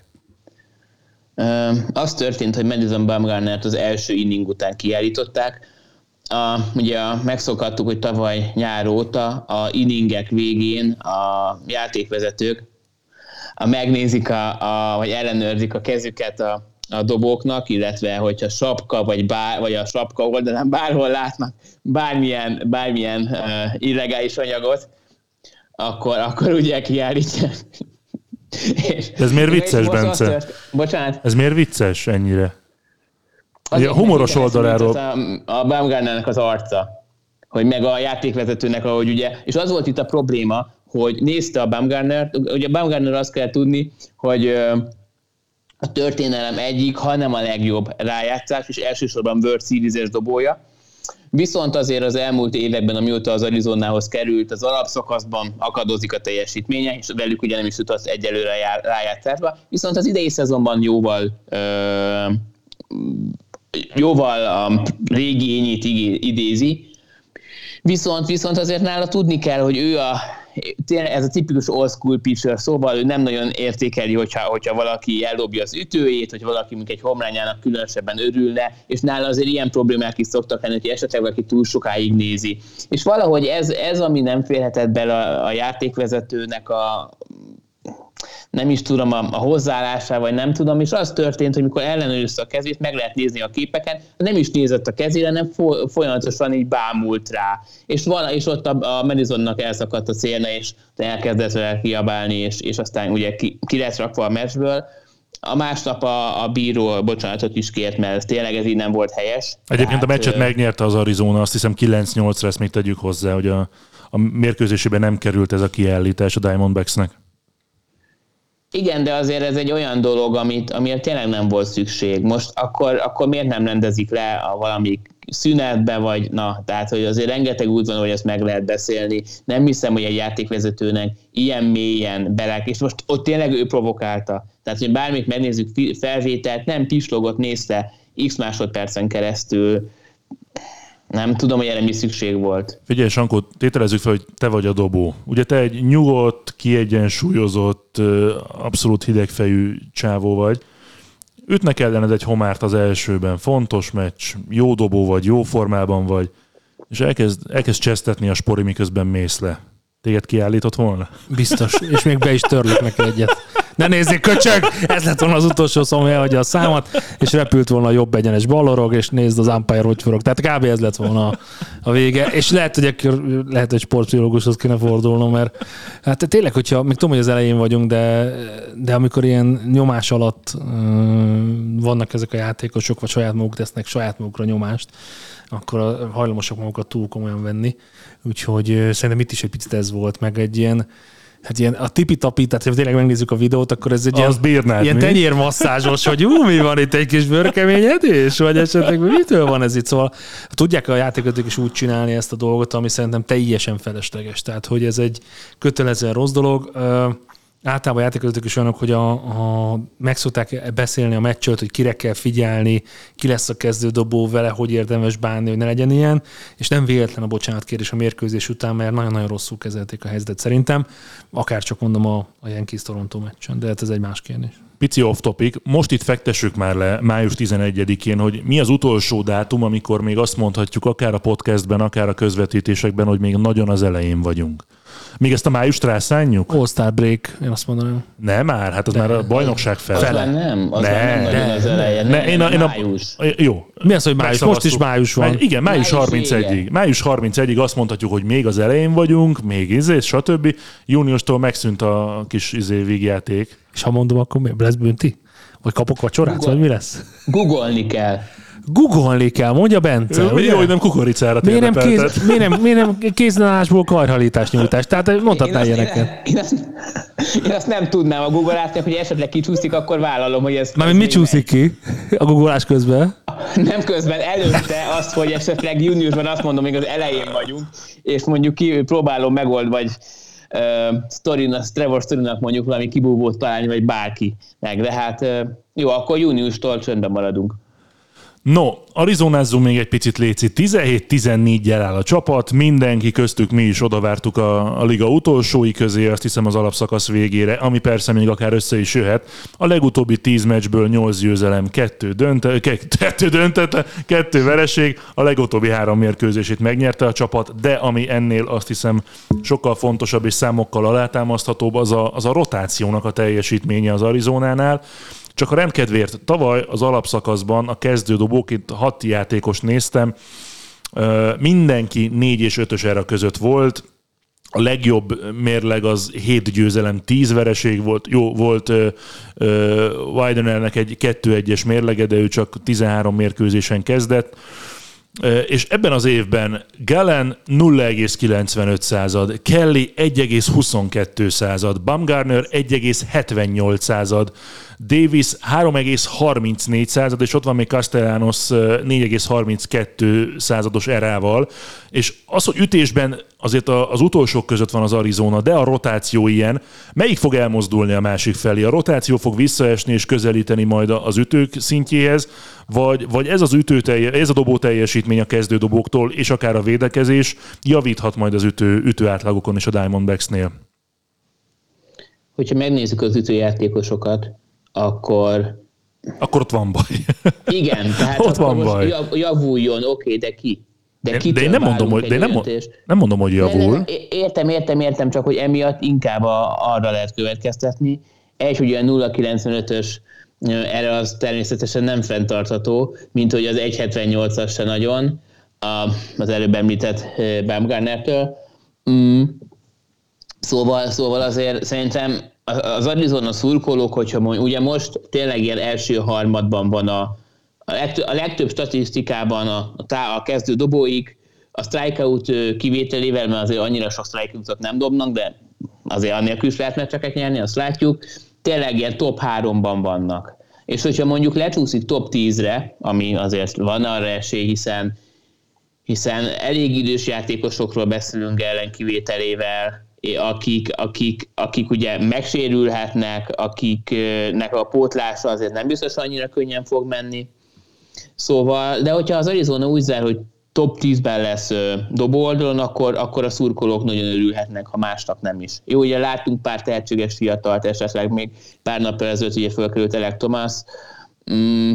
Az történt, hogy Madison Bumgarnert az első inning után kiállították. A, ugye megszokhattuk, hogy tavaly nyár óta a inningek végén a játékvezetők a megnézik, a, a, vagy ellenőrzik a kezüket a, a dobóknak, illetve hogyha sapka, vagy, bár, vagy a sapka oldalán bárhol látnak bármilyen, bármilyen uh, illegális anyagot, akkor, akkor ugye kiállítják. Ez miért vicces, Bence? Bocsánat? Ez miért vicces ennyire? Azért a humoros oldaláról. A, a Bumgarnernek az arca, hogy meg a játékvezetőnek, ahogy ugye, és az volt itt a probléma, hogy nézte a Bumgarnert, ugye a Bumgarner azt kell tudni, hogy a történelem egyik, hanem a legjobb rájátszás, és elsősorban World Series-es dobója. Viszont azért az elmúlt években, amióta az Arizonához került, az alapszakaszban akadozik a teljesítménye, és velük ugye nem is jutott egyelőre rájátszásba, viszont az idei szezonban jóval ö, jóval a régi ényét idézi, viszont, viszont azért nála tudni kell, hogy ő a, ez a tipikus old school pitcher, szóval ő nem nagyon értékeli, hogyha, hogyha valaki eldobja az ütőjét, hogy valaki mint egy homrányának különösebben örülne, és nála azért ilyen problémák is szoktak lenni, hogy esetleg valaki túl sokáig nézi. És valahogy ez, ez ami nem férhetett bele a, a játékvezetőnek a nem is tudom, a, a hozzáállásával, vagy nem tudom, és az történt, hogy mikor ellenőrizte a kezét, meg lehet nézni a képeken, nem is nézett a kezére, hanem folyamatosan így bámult rá. És, vala, és ott a, a Madisonnak elszakadt a célna, és elkezdett vele kiabálni, és, és aztán ugye ki, ki lett rakva a meccsből. A másnap a, a bíró bocsánatot is kért, mert tényleg ez így nem volt helyes. Egyébként a meccset ö... megnyerte az Arizona, azt hiszem kilenc nyolcra, ezt még tegyük hozzá, hogy a, a mérkőzésében nem került ez a kiállítás a Diamondbacksnek. Igen, de azért ez egy olyan dolog, amit, amire tényleg nem volt szükség. Most akkor, akkor miért nem rendezik le a valami szünetbe, vagy na, tehát hogy azért rengeteg út van, hogy ezt meg lehet beszélni. Nem hiszem, hogy egy játékvezetőnek ilyen mélyen belek, és most ott tényleg ő provokálta. Tehát, hogy bármit megnézzük felvételt, nem pislogott, nézte x másodpercen keresztül. Nem tudom, hogy erre mi szükség volt. Figyelj, Sankó, tételezzük fel, hogy te vagy a dobó. Ugye te egy nyugodt, kiegyensúlyozott, abszolút hidegfejű csávó vagy. Ütnek ellened egy homárt az elsőben, fontos meccs, jó dobó vagy, jó formában vagy, és elkezd, elkezd csesztetni a spori, miközben mész le. Téged kiállított volna? Biztos, és még be is törlök neki egyet. Ne nézzék, köcsög! Ez lett volna az utolsó szó, ami elhagyja a számat, és repült volna a jobb egyenes ballorog, és nézd az umpire hogy forog. Tehát kb. Ez lett volna a, a vége. És lehet, hogy lehet, hogy sportpszichológushoz kéne fordulnom, mert hát tényleg, hogyha, még tudom, hogy az elején vagyunk, de, de amikor ilyen nyomás alatt uh, vannak ezek a játékosok, vagy saját maguk tesznek saját magukra nyomást, akkor hajlamosak magukat túl komolyan venni. Úgyhogy uh, szerintem itt is egy picit ez volt, meg egy ilyen hát ilyen a tipi-tapi, tehát ha tényleg megnézzük a videót, akkor ez egy az ilyen, ilyen tenyérmasszázsos, hogy ú, mi van itt, egy kis bőrkeményedés, vagy esetleg mitől van ez itt? Szóval tudják a játékosok is úgy csinálni ezt a dolgot, ami szerintem teljesen felesleges. Tehát, hogy ez egy kötelezően rossz dolog. Általában a játékvezetők is olyanok, hogy a, a, meg szokták beszélni a meccsöt, hogy kire kell figyelni, ki lesz a kezdődobó, vele hogy érdemes bánni, hogy ne legyen ilyen, és nem véletlen a bocsánatkérés a mérkőzés után, mert nagyon-nagyon rosszul kezelték a helyzetet szerintem, akár csak mondom a, a Yankees-Toronto meccsen, de hát ez egy más kérdés. Pici off-topic, most itt fektessük már le május tizenegyedikén, hogy mi az utolsó dátum, amikor még azt mondhatjuk akár a podcastben, akár a közvetítésekben, hogy még nagyon az elején vagyunk. Még ezt a májust rászánjuk? All-Star break, én azt mondanám. Nem már, hát az de, már a bajnokság fele. Az már nem, az ne, már nem nagyon az elején. Ne, én a, én a, május. Jó. Mi az, hogy május? Most is május van. Május, igen, május harmincegyediig. Május harmincegyediig azt mondhatjuk, hogy még az elején vagyunk, még izé, stb. Júniustól megszűnt a kis izé vígjáték. És ha mondom, akkor mi? Lesz bünti? Vagy kapok vacsorát? Google. Vagy mi lesz? Googolni kell. Googolni kell, mondja Bence. Jó, jó, hogy nem kukoricára miért nem, kéz, miért nem, miért nem kéznállásból karhalítás nyújtás? Tehát mondhatnál ilyeneket. Én, én, azt, én azt nem tudnám a googolásnak, hogy esetleg kicsúszik, akkor vállalom, hogy ez... Már mi csúszik ki a googolás közben? Nem közben, előtte azt, hogy esetleg júniusban azt mondom, még az elején vagyunk, és mondjuk ki, próbálom megold, vagy uh, Storynak, Trevor Storynak mondjuk valami kibúvót találni, vagy bárki meg. De hát uh, jó, akkor júniustól csöndben maradunk. No, arizonázzunk még egy picit, Léci. tizenhét tizennégyel áll a csapat, mindenki köztük, mi is odavártuk a, a liga utolsói közé, azt hiszem az alapszakasz végére, ami persze még akár össze is jöhet. A legutóbbi tíz meccsből nyolc győzelem, kettő, dönte, kettő döntetlen, kettő vereség, a legutóbbi három mérkőzését megnyerte a csapat, de ami ennél azt hiszem sokkal fontosabb és számokkal alátámaszthatóbb, az a, az a rotációnak a teljesítménye az Arizonánál. Csak a rendkedvéért tavaly az alapszakaszban a kezdődobók, itt hat játékost néztem, mindenki négy és ötös era között volt, a legjobb mérleg az hét győzelem, tíz vereség volt, jó, volt uh, uh, Widenernek egy kettő egyes mérlege, de ő csak tizenhárom mérkőzésen kezdett, uh, és ebben az évben Gallen nulla egész kilencvenöt század, Kelly egy egész huszonkettő század, Bumgarner egy egész hetvennyolc század, Davis három egész harmincnégy század, és ott van még Castellanos négy egész harminckettő százados erával, és az, hogy ütésben azért az utolsók között van az Arizona, de a rotáció ilyen, melyik fog elmozdulni a másik felé? A rotáció fog visszaesni és közelíteni majd az ütők szintjéhez, vagy, vagy ez az ütő telje, ez a dobó teljesítmény a kezdődobóktól, és akár a védekezés javíthat majd az ütő, ütő átlagokon és a Diamondbacksnél? Hogyha megnézzük az ütőjátékosokat, akkor... Akkor ott van baj. Igen, tehát ott van baj. Javuljon, oké, de ki? De, de én nem mondom, hogy, de én nem, nem mondom, hogy javul. Nem, értem, értem, értem, csak hogy emiatt inkább a, arra lehet következtetni. Egy, hogy a nulla kilencvenötös erre az természetesen nem fenntartható, mint hogy az egy hetvennyolcas se nagyon, az előbb említett Bumgarnertől. Mm. Szóval, szóval azért szerintem az Arizona szurkolók, hogyha mondjuk, ugye most tényleg ilyen első harmadban van a, a, legtöbb, a legtöbb statisztikában a, a, a kezdő dobóik, a strikeout kivételével, mert azért annyira sok strikeoutot nem dobnak, de azért annélkül is lehet meccseket nyerni, azt látjuk, tényleg ilyen top háromban vannak. És hogyha mondjuk lecsúszik top tízre, ami azért van arra esély, hiszen, hiszen elég idős játékosokról beszélünk ellen kivételével, akik, akik, akik ugye megsérülhetnek, akiknek a pótlása azért nem biztos annyira könnyen fog menni. Szóval, de hogyha az Arizona úgy zár, hogy top tízben lesz dobó oldalon, akkor, akkor a szurkolók nagyon örülhetnek, ha másnak nem is. Jó, ugye láttunk pár tehetséges fiatalt, esetleg még pár nappal ezelőtt ugye fölkerült Alek Thomas, mm,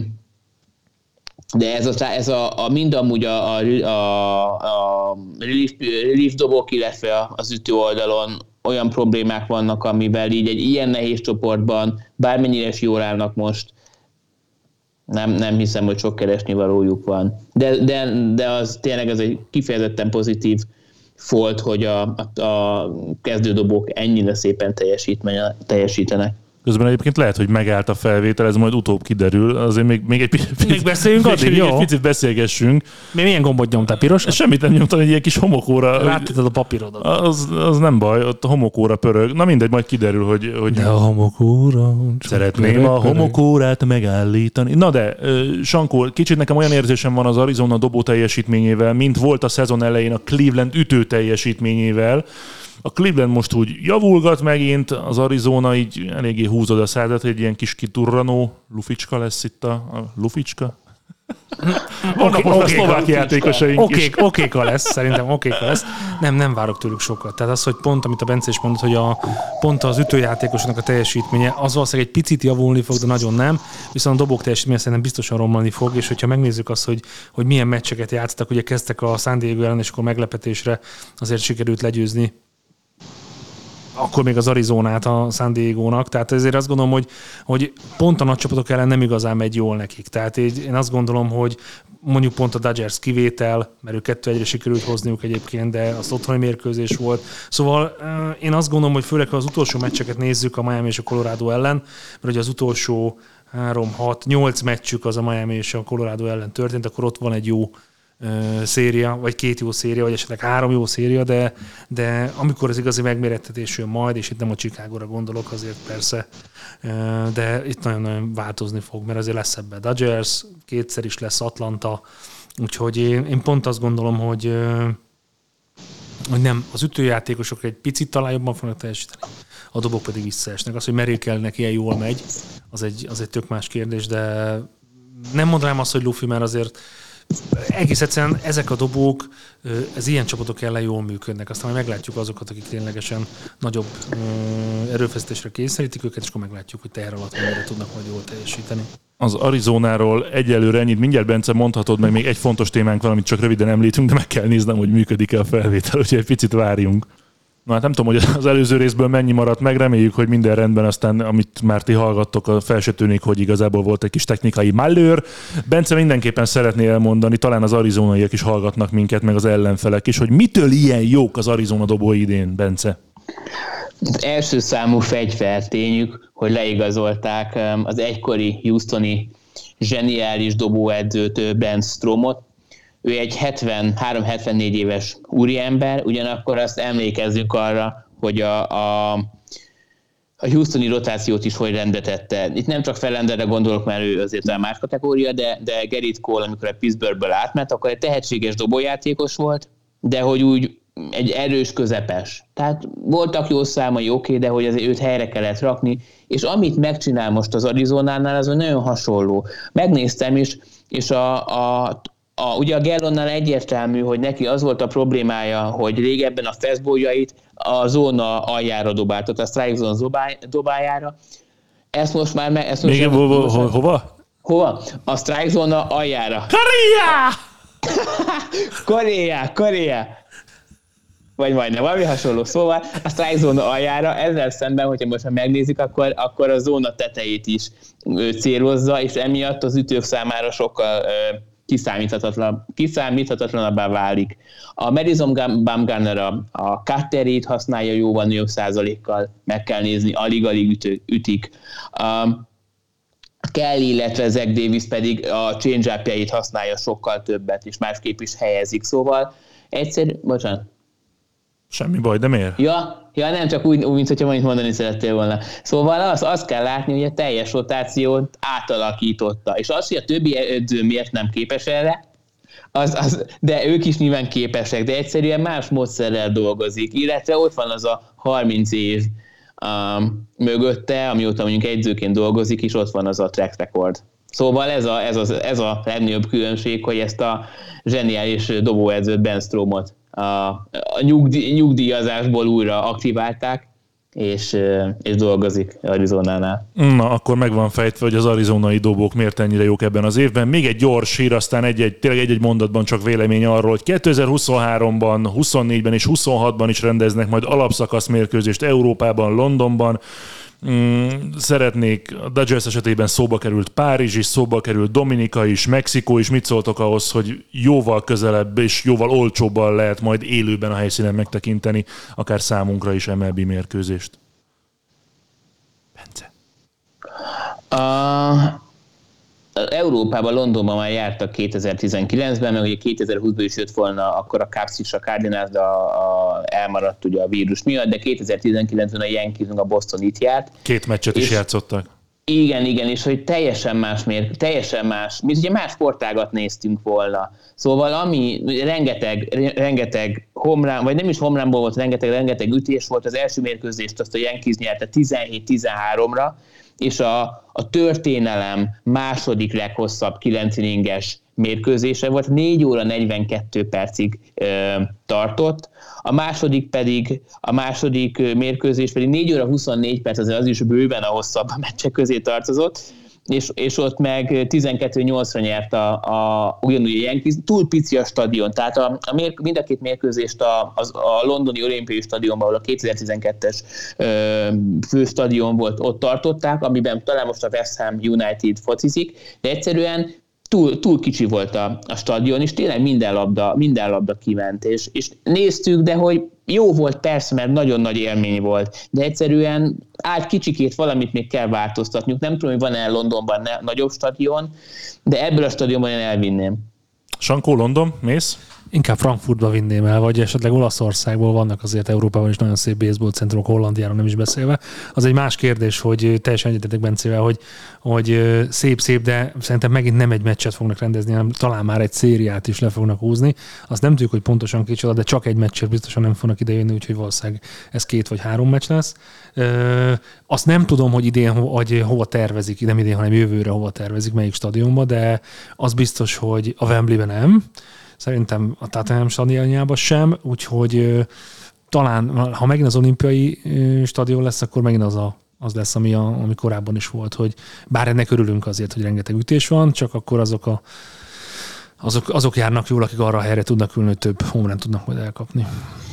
de ez a, ez a, a mind amúgy a, a, a, a relief, relief dobók, illetve az ütő oldalon olyan problémák vannak, amivel így egy ilyen nehéz csoportban bármennyire is jól állnak most, nem, nem hiszem, hogy sok keresni valójuk van. De, de, de az tényleg ez egy kifejezetten pozitív volt, hogy a, a, a kezdődobók ennyire szépen teljesítenek. Közben egyébként lehet, hogy megállt a felvétel, ez majd utóbb kiderül, azért még, még egy picit, még beszéljünk addig, még jó? Egy picit beszélgessünk. Mi milyen gombot nyomtál, piros? Semmit nem nyomtam, egy ilyen kis homokóra. Rátetted a papírodat. Az, az nem baj, ott a homokóra pörög. Na mindegy, majd kiderül, hogy... hogy de a homokóra... Szeretném pörög, a homokórát megállítani. Na de, Sankó, kicsit nekem olyan érzésem van az Arizona dobó teljesítményével, mint volt a szezon elején a Cleveland ütő teljesítményével. A Cleveland most úgy javulgat megint, az Arizona így eléggé húzod a szádat, egy ilyen kis kiturranó luficska lesz itt a, a luficska. Vannak most a szlovák játékosaink is. Oké, okéka lesz, szerintem okéka lesz. Nem, nem várok tőlük sokat. Tehát az, hogy pont, amit a Bence is mondott, hogy a, pont az ütőjátékosnak a teljesítménye, az valószínűleg egy picit javulni fog, de nagyon nem. Viszont a dobók teljesítménye szerintem biztosan romlani fog, és hogyha megnézzük azt, hogy, hogy milyen meccseket játszottak, ugye kezdtek a San Diego ellen, és akkor meglepetésre azért sikerült legyőzni akkor még az Arizonát a San Diegónak, tehát ezért azt gondolom, hogy, hogy pont a nagy csapatok ellen nem igazán megy jól nekik. Tehát én azt gondolom, hogy mondjuk pont a Dodgers kivétel, mert ők kettő egyre sikerült hozniuk egyébként, de az otthoni mérkőzés volt. Szóval én azt gondolom, hogy főleg ha az utolsó meccseket nézzük a Miami és a Colorado ellen, mert ugye az utolsó három, hat, nyolc meccsük az a Miami és a Colorado ellen történt, akkor ott van egy jó széria, vagy két jó széria, vagy esetleg három jó széria, de, de amikor az igazi megmérettetés jön majd, és itt nem a Chicagóra gondolok azért persze, de itt nagyon-nagyon változni fog, mert azért lesz ebben Dodgers, kétszer is lesz Atlanta, úgyhogy én, én pont azt gondolom, hogy, hogy nem, az ütőjátékosok egy picit talán jobban fognak teljesíteni, a dobok pedig visszaesnek. Az, hogy Merrill Kellynek ilyen jól megy, az egy, az egy tök más kérdés, de nem mondanám azt, hogy Luffy, mert azért egész egyszerűen ezek a dobók, ez ilyen csapatok ellen jól működnek. Aztán majd meglátjuk azokat, akik ténylegesen nagyobb erőfeszítésre kényszerítik őket, és akkor meglátjuk, hogy teher alatt mennyire tudnak majd jól teljesíteni. Az Arizonáról egyelőre ennyit. Mindjárt, Bence, mondhatod, meg még egy fontos témánk van, amit csak röviden említünk, de meg kell néznem, hogy működik-e a felvétel, úgyhogy egy picit várjunk. Na hát nem tudom, hogy az előző részből mennyi maradt meg, reméljük, hogy minden rendben, aztán amit már ti hallgattok, a fel se tűnik, hogy igazából volt egy kis technikai mallőr. Bence, mindenképpen szeretné elmondani, talán az arizonaiak is hallgatnak minket, meg az ellenfelek is, hogy mitől ilyen jók az Arizona dobói idén, Bence? Az első számú fegyvertényük, hogy leigazolták az egykori houstoni zseniális dobóedzőt, Ben Stromot. Ő egy hetvenhárom-hetvennégy éves úriember, ugyanakkor azt emlékezzünk arra, hogy a, a, a houstoni rotációt is hogy rendbe tette. Itt nem csak Ferlanderre gondolok, mert ő azért a más kategória, de, de Gerrit Cole, amikor a Pittsburghből átment, akkor egy tehetséges dobójátékos volt, de hogy úgy egy erős közepes. Tehát voltak jó számai, oké, de hogy azért őt helyre kellett rakni, és amit megcsinál most az Arizonánál, az nagyon hasonló. Megnéztem is, és a, a A, ugye a Gallonnál egyértelmű, hogy neki az volt a problémája, hogy régebben a fastballjait a zóna aljára dobált, tehát a strike zone dobájára. Ezt most már meg... Ezt most Még most ho, ho, hova? Hova? A strike zone aljára. Korea! Korea, Korea! Vagy majdnem, valami hasonló. Szóval a strike zone aljára, ezzel szemben, hogyha most megnézik, akkor, akkor a zóna tetejét is célozza, és emiatt az ütők számára sokkal kiszámíthatatlan, kiszámíthatatlanabbá válik. A Madison Bumgarner a, a cutterét használja jóval nagyobb százalékkal, meg kell nézni, alig-alig ütő, ütik. Um, Kelly, illetve Zach Davis pedig a change-upjait használja sokkal többet, és másképp is helyezik. Szóval egyszer, bocsánat. Semmi baj, de miért? Ja, ja nem csak úgy, úgy mint hogyha valamit mondani szerettél volna. Szóval azt, azt kell látni, hogy a teljes rotációt átalakította. És az, hogy a többi edző miért nem képes erre, az, az, de ők is nyilván képesek, de egyszerűen más módszerrel dolgozik. Illetve ott van az a harminc év um, mögötte, amióta mondjuk edzőként dolgozik, és ott van az a track record. Szóval ez a, ez a, ez a legnagyobb különbség, hogy ezt a zseniális dobóedzőt, Ben Stromot a, a nyugdíj, nyugdíjazásból újra aktiválták, és, és dolgozik Arizonánál. Na, akkor meg van fejtve, hogy az arizonai dobók miért ennyire jók ebben az évben. Még egy gyors hír, aztán egy-egy, tényleg egy-egy mondatban csak vélemény arról, hogy kétezer-huszonháromban, huszonnégyben és huszonhatban is rendeznek majd alapszakasz mérkőzést Európában, Londonban. Mm, szeretnék, a Dodgers esetében szóba került Párizs is, szóba került Dominika is, Mexikó is. Mit szóltok ahhoz, hogy jóval közelebb és jóval olcsóbban lehet majd élőben a helyszínen megtekinteni, akár számunkra is em el bé mérkőzést? Bence. Uh, Európában, Londonban már jártak kétezer-tizenkilencben, meg ugye kétezer-húszban is jött volna akkor a Cubs is, a Cardinals, de a, a, elmaradt ugye a vírus miatt, de kétezer-tizenkilencben a Yankees, a Boston itt járt. Két meccset is játszottak. Igen, igen, és hogy teljesen más, mér, teljesen más, mint ugye más sportágat néztünk volna. Szóval ami rengeteg, rengeteg homrán, vagy nem is homránból volt, rengeteg, rengeteg ütés volt, az első mérkőzést azt a Yankees nyerte tizenhét tizenháromra, és a, a történelem második leghosszabb kilenc inninges mérkőzése volt, négy óra negyvenkettő percig ö, tartott, a második pedig, a második mérkőzés pedig négy óra huszonnégy perc, azért az is bőven a hosszabb a meccsek közé tartozott, és, és ott meg tizenkettő nyolcra nyert a, a, ugyanúgy a Yankees, túl pici a stadion, tehát a, a mér, mind a két mérkőzést a, a, a londoni olimpiai stadionban, ahol a kétezer-tizenkettes ö, főstadion volt, ott tartották, amiben talán most a West Ham United focizik, de egyszerűen Túl, túl kicsi volt a, a stadion, és tényleg minden labda, minden labda kiment, és, és néztük, de hogy jó volt persze, mert nagyon nagy élmény volt, de egyszerűen át kicsikét valamit még kell változtatniuk. Nem tudom, hogy van-e Londonban ne, nagyobb stadion, de ebből a stadionban én elvinném. Sankó, London, mész? Inkább Frankfurtba vinném el, vagy esetleg Olaszországból, vannak azért Európában is nagyon szép baseball centrumok, Hollandiáról nem is beszélve. Az egy más kérdés, hogy teljesen egyetetek Bencével, hogy, hogy szép-szép, de szerintem megint nem egy meccset fognak rendezni, hanem talán már egy szériát is le fognak húzni. Azt nem tudjuk, hogy pontosan kicsoda, de csak egy meccset biztosan nem fognak idejönni, úgyhogy valószínűleg ez két vagy három meccs lesz. Azt nem tudom, hogy idén hogy hova tervezik, nem idén, hanem jövőre hova tervezik, melyik stadionba, de az biztos, hogy a Wembleyben nem. Szerintem a Tottenham stadionjában sem, úgyhogy ö, talán, ha megint az olimpiai ö, stadion lesz, akkor megint az, a, az lesz, ami, a, ami korábban is volt, hogy bár ennek örülünk azért, hogy rengeteg ütés van, csak akkor azok, a, azok, azok járnak jól, akik arra a helyre tudnak ülni, hogy több home run tudnak majd elkapni.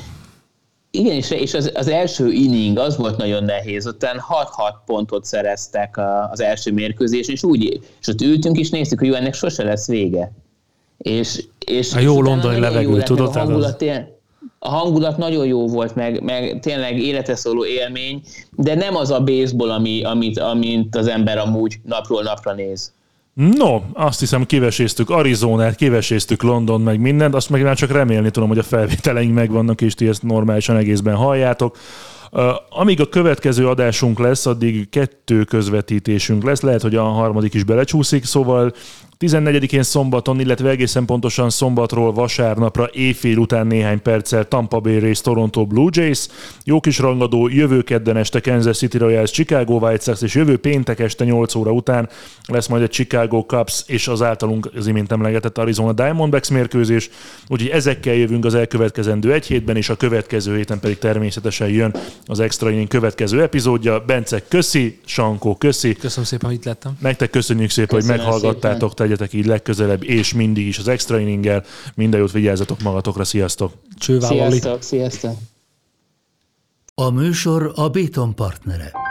Igen, és az, az első inning az volt nagyon nehéz, utána hat-hat pontot szereztek a, az első mérkőzésen, és úgy, és ott ültünk és néztük, hogy jó, ennek sose lesz vége. És, és, a jó és londoni levegő, tudod? A hangulat, a hangulat nagyon jó volt, meg, meg tényleg életre szóló élmény, de nem az a baseball, ami, amit, amit az ember amúgy napról napra néz. No, azt hiszem kiveséztük Arizonát, kiveséztük London, meg mindent, azt meg már csak remélni tudom, hogy a felvételeink megvannak, és ti ezt normálisan egészben halljátok. Uh, amíg a következő adásunk lesz, addig kettő közvetítésünk lesz, lehet, hogy a harmadik is belecsúszik, szóval tizennegyedikén szombaton, illetve egészen pontosan szombatról vasárnapra éjfél után néhány perccel Tampa Bay Rays, Toronto Blue Jays, jó kis rangadó, jövő kedden este Kansas City Royals, Chicago White Sox, és jövő péntek este nyolc óra után lesz majd egy Chicago Cubs és az általunk az imént emlegetett Arizona Diamondbacks mérkőzés, úgyhogy ezekkel jövünk az elkövetkezendő egy hétben, és a következő héten pedig természetesen jön az Extra Inning következő epizódja. Bence, köszi, Sankó, köszi. Köszönöm szépen, hogy itt lettem. Nektek köszönjük szépen, Köszönöm hogy meghallgattátok, szépen. Tegyetek így legközelebb, és mindig is az Extra Inninggel. Minden jót, vigyázzatok magatokra, sziasztok! Sziasztok, sziasztok! A műsor a Béton partnere.